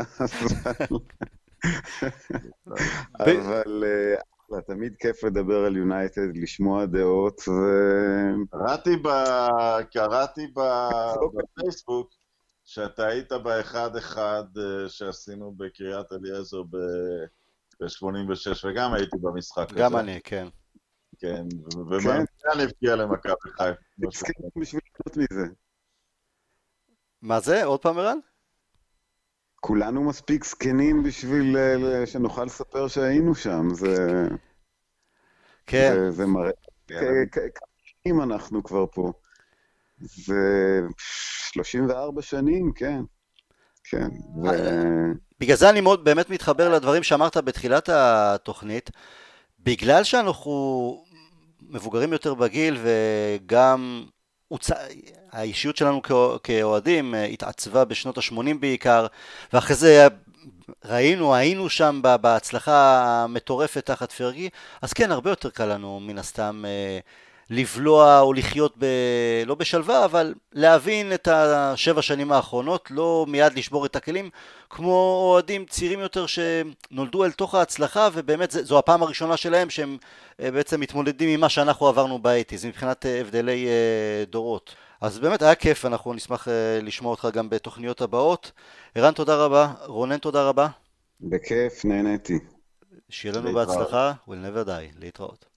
אבל uh, תמיד כיף לדבר על יונייטד, לשמוע דעות, ו... קראתי, ב... קראתי ב... בפייסבוק שאתה היית באחד אחד שעשינו בקריית אליעזר ב-שמונים ושש, וגם הייתי במשחק הזה. גם אני, כן. כן, ומרציאן הבקיע למכבי חיפה. הסכים בשביל להיות מזה. מה זה? עוד פעם ערן? כולנו מספיק זקנים בשביל שנוכל לספר שהיינו שם, זה... כן. זה מראה... כמה אנחנו כבר פה. זה שלושים וארבע שנים, כן. כן. בגלל זה אני מאוד באמת מתחבר לדברים שאמרת בתחילת התוכנית, בגלל שאנחנו מבוגרים יותר בגיל וגם האישיות שלנו כאוהדים התעצבה בשנות ה-שמונים בעיקר, ואחרי זה ראינו, היינו שם בהצלחה המטורפת תחת פרגי, אז כן, הרבה יותר קל לנו מן הסתם לבלוע או לחיות ב... לא בשלווה, אבל להבין את השבע שנים האחרונות, לא מיד לשבור את הכלים, כמו אוהדים צעירים יותר שנולדו אל תוך ההצלחה, ובאמת זו הפעם הראשונה שלהם שהם בעצם מתמודדים עם מה שאנחנו עברנו באייטיז, מבחינת הבדלי דורות. אז באמת היה כיף, אנחנו נשמח לשמוע אותך גם בתוכניות הבאות. ערן, תודה רבה. רונן, תודה רבה. בכיף, נהניתי. שיהיה לנו בהצלחה, we'll never die. להתראות.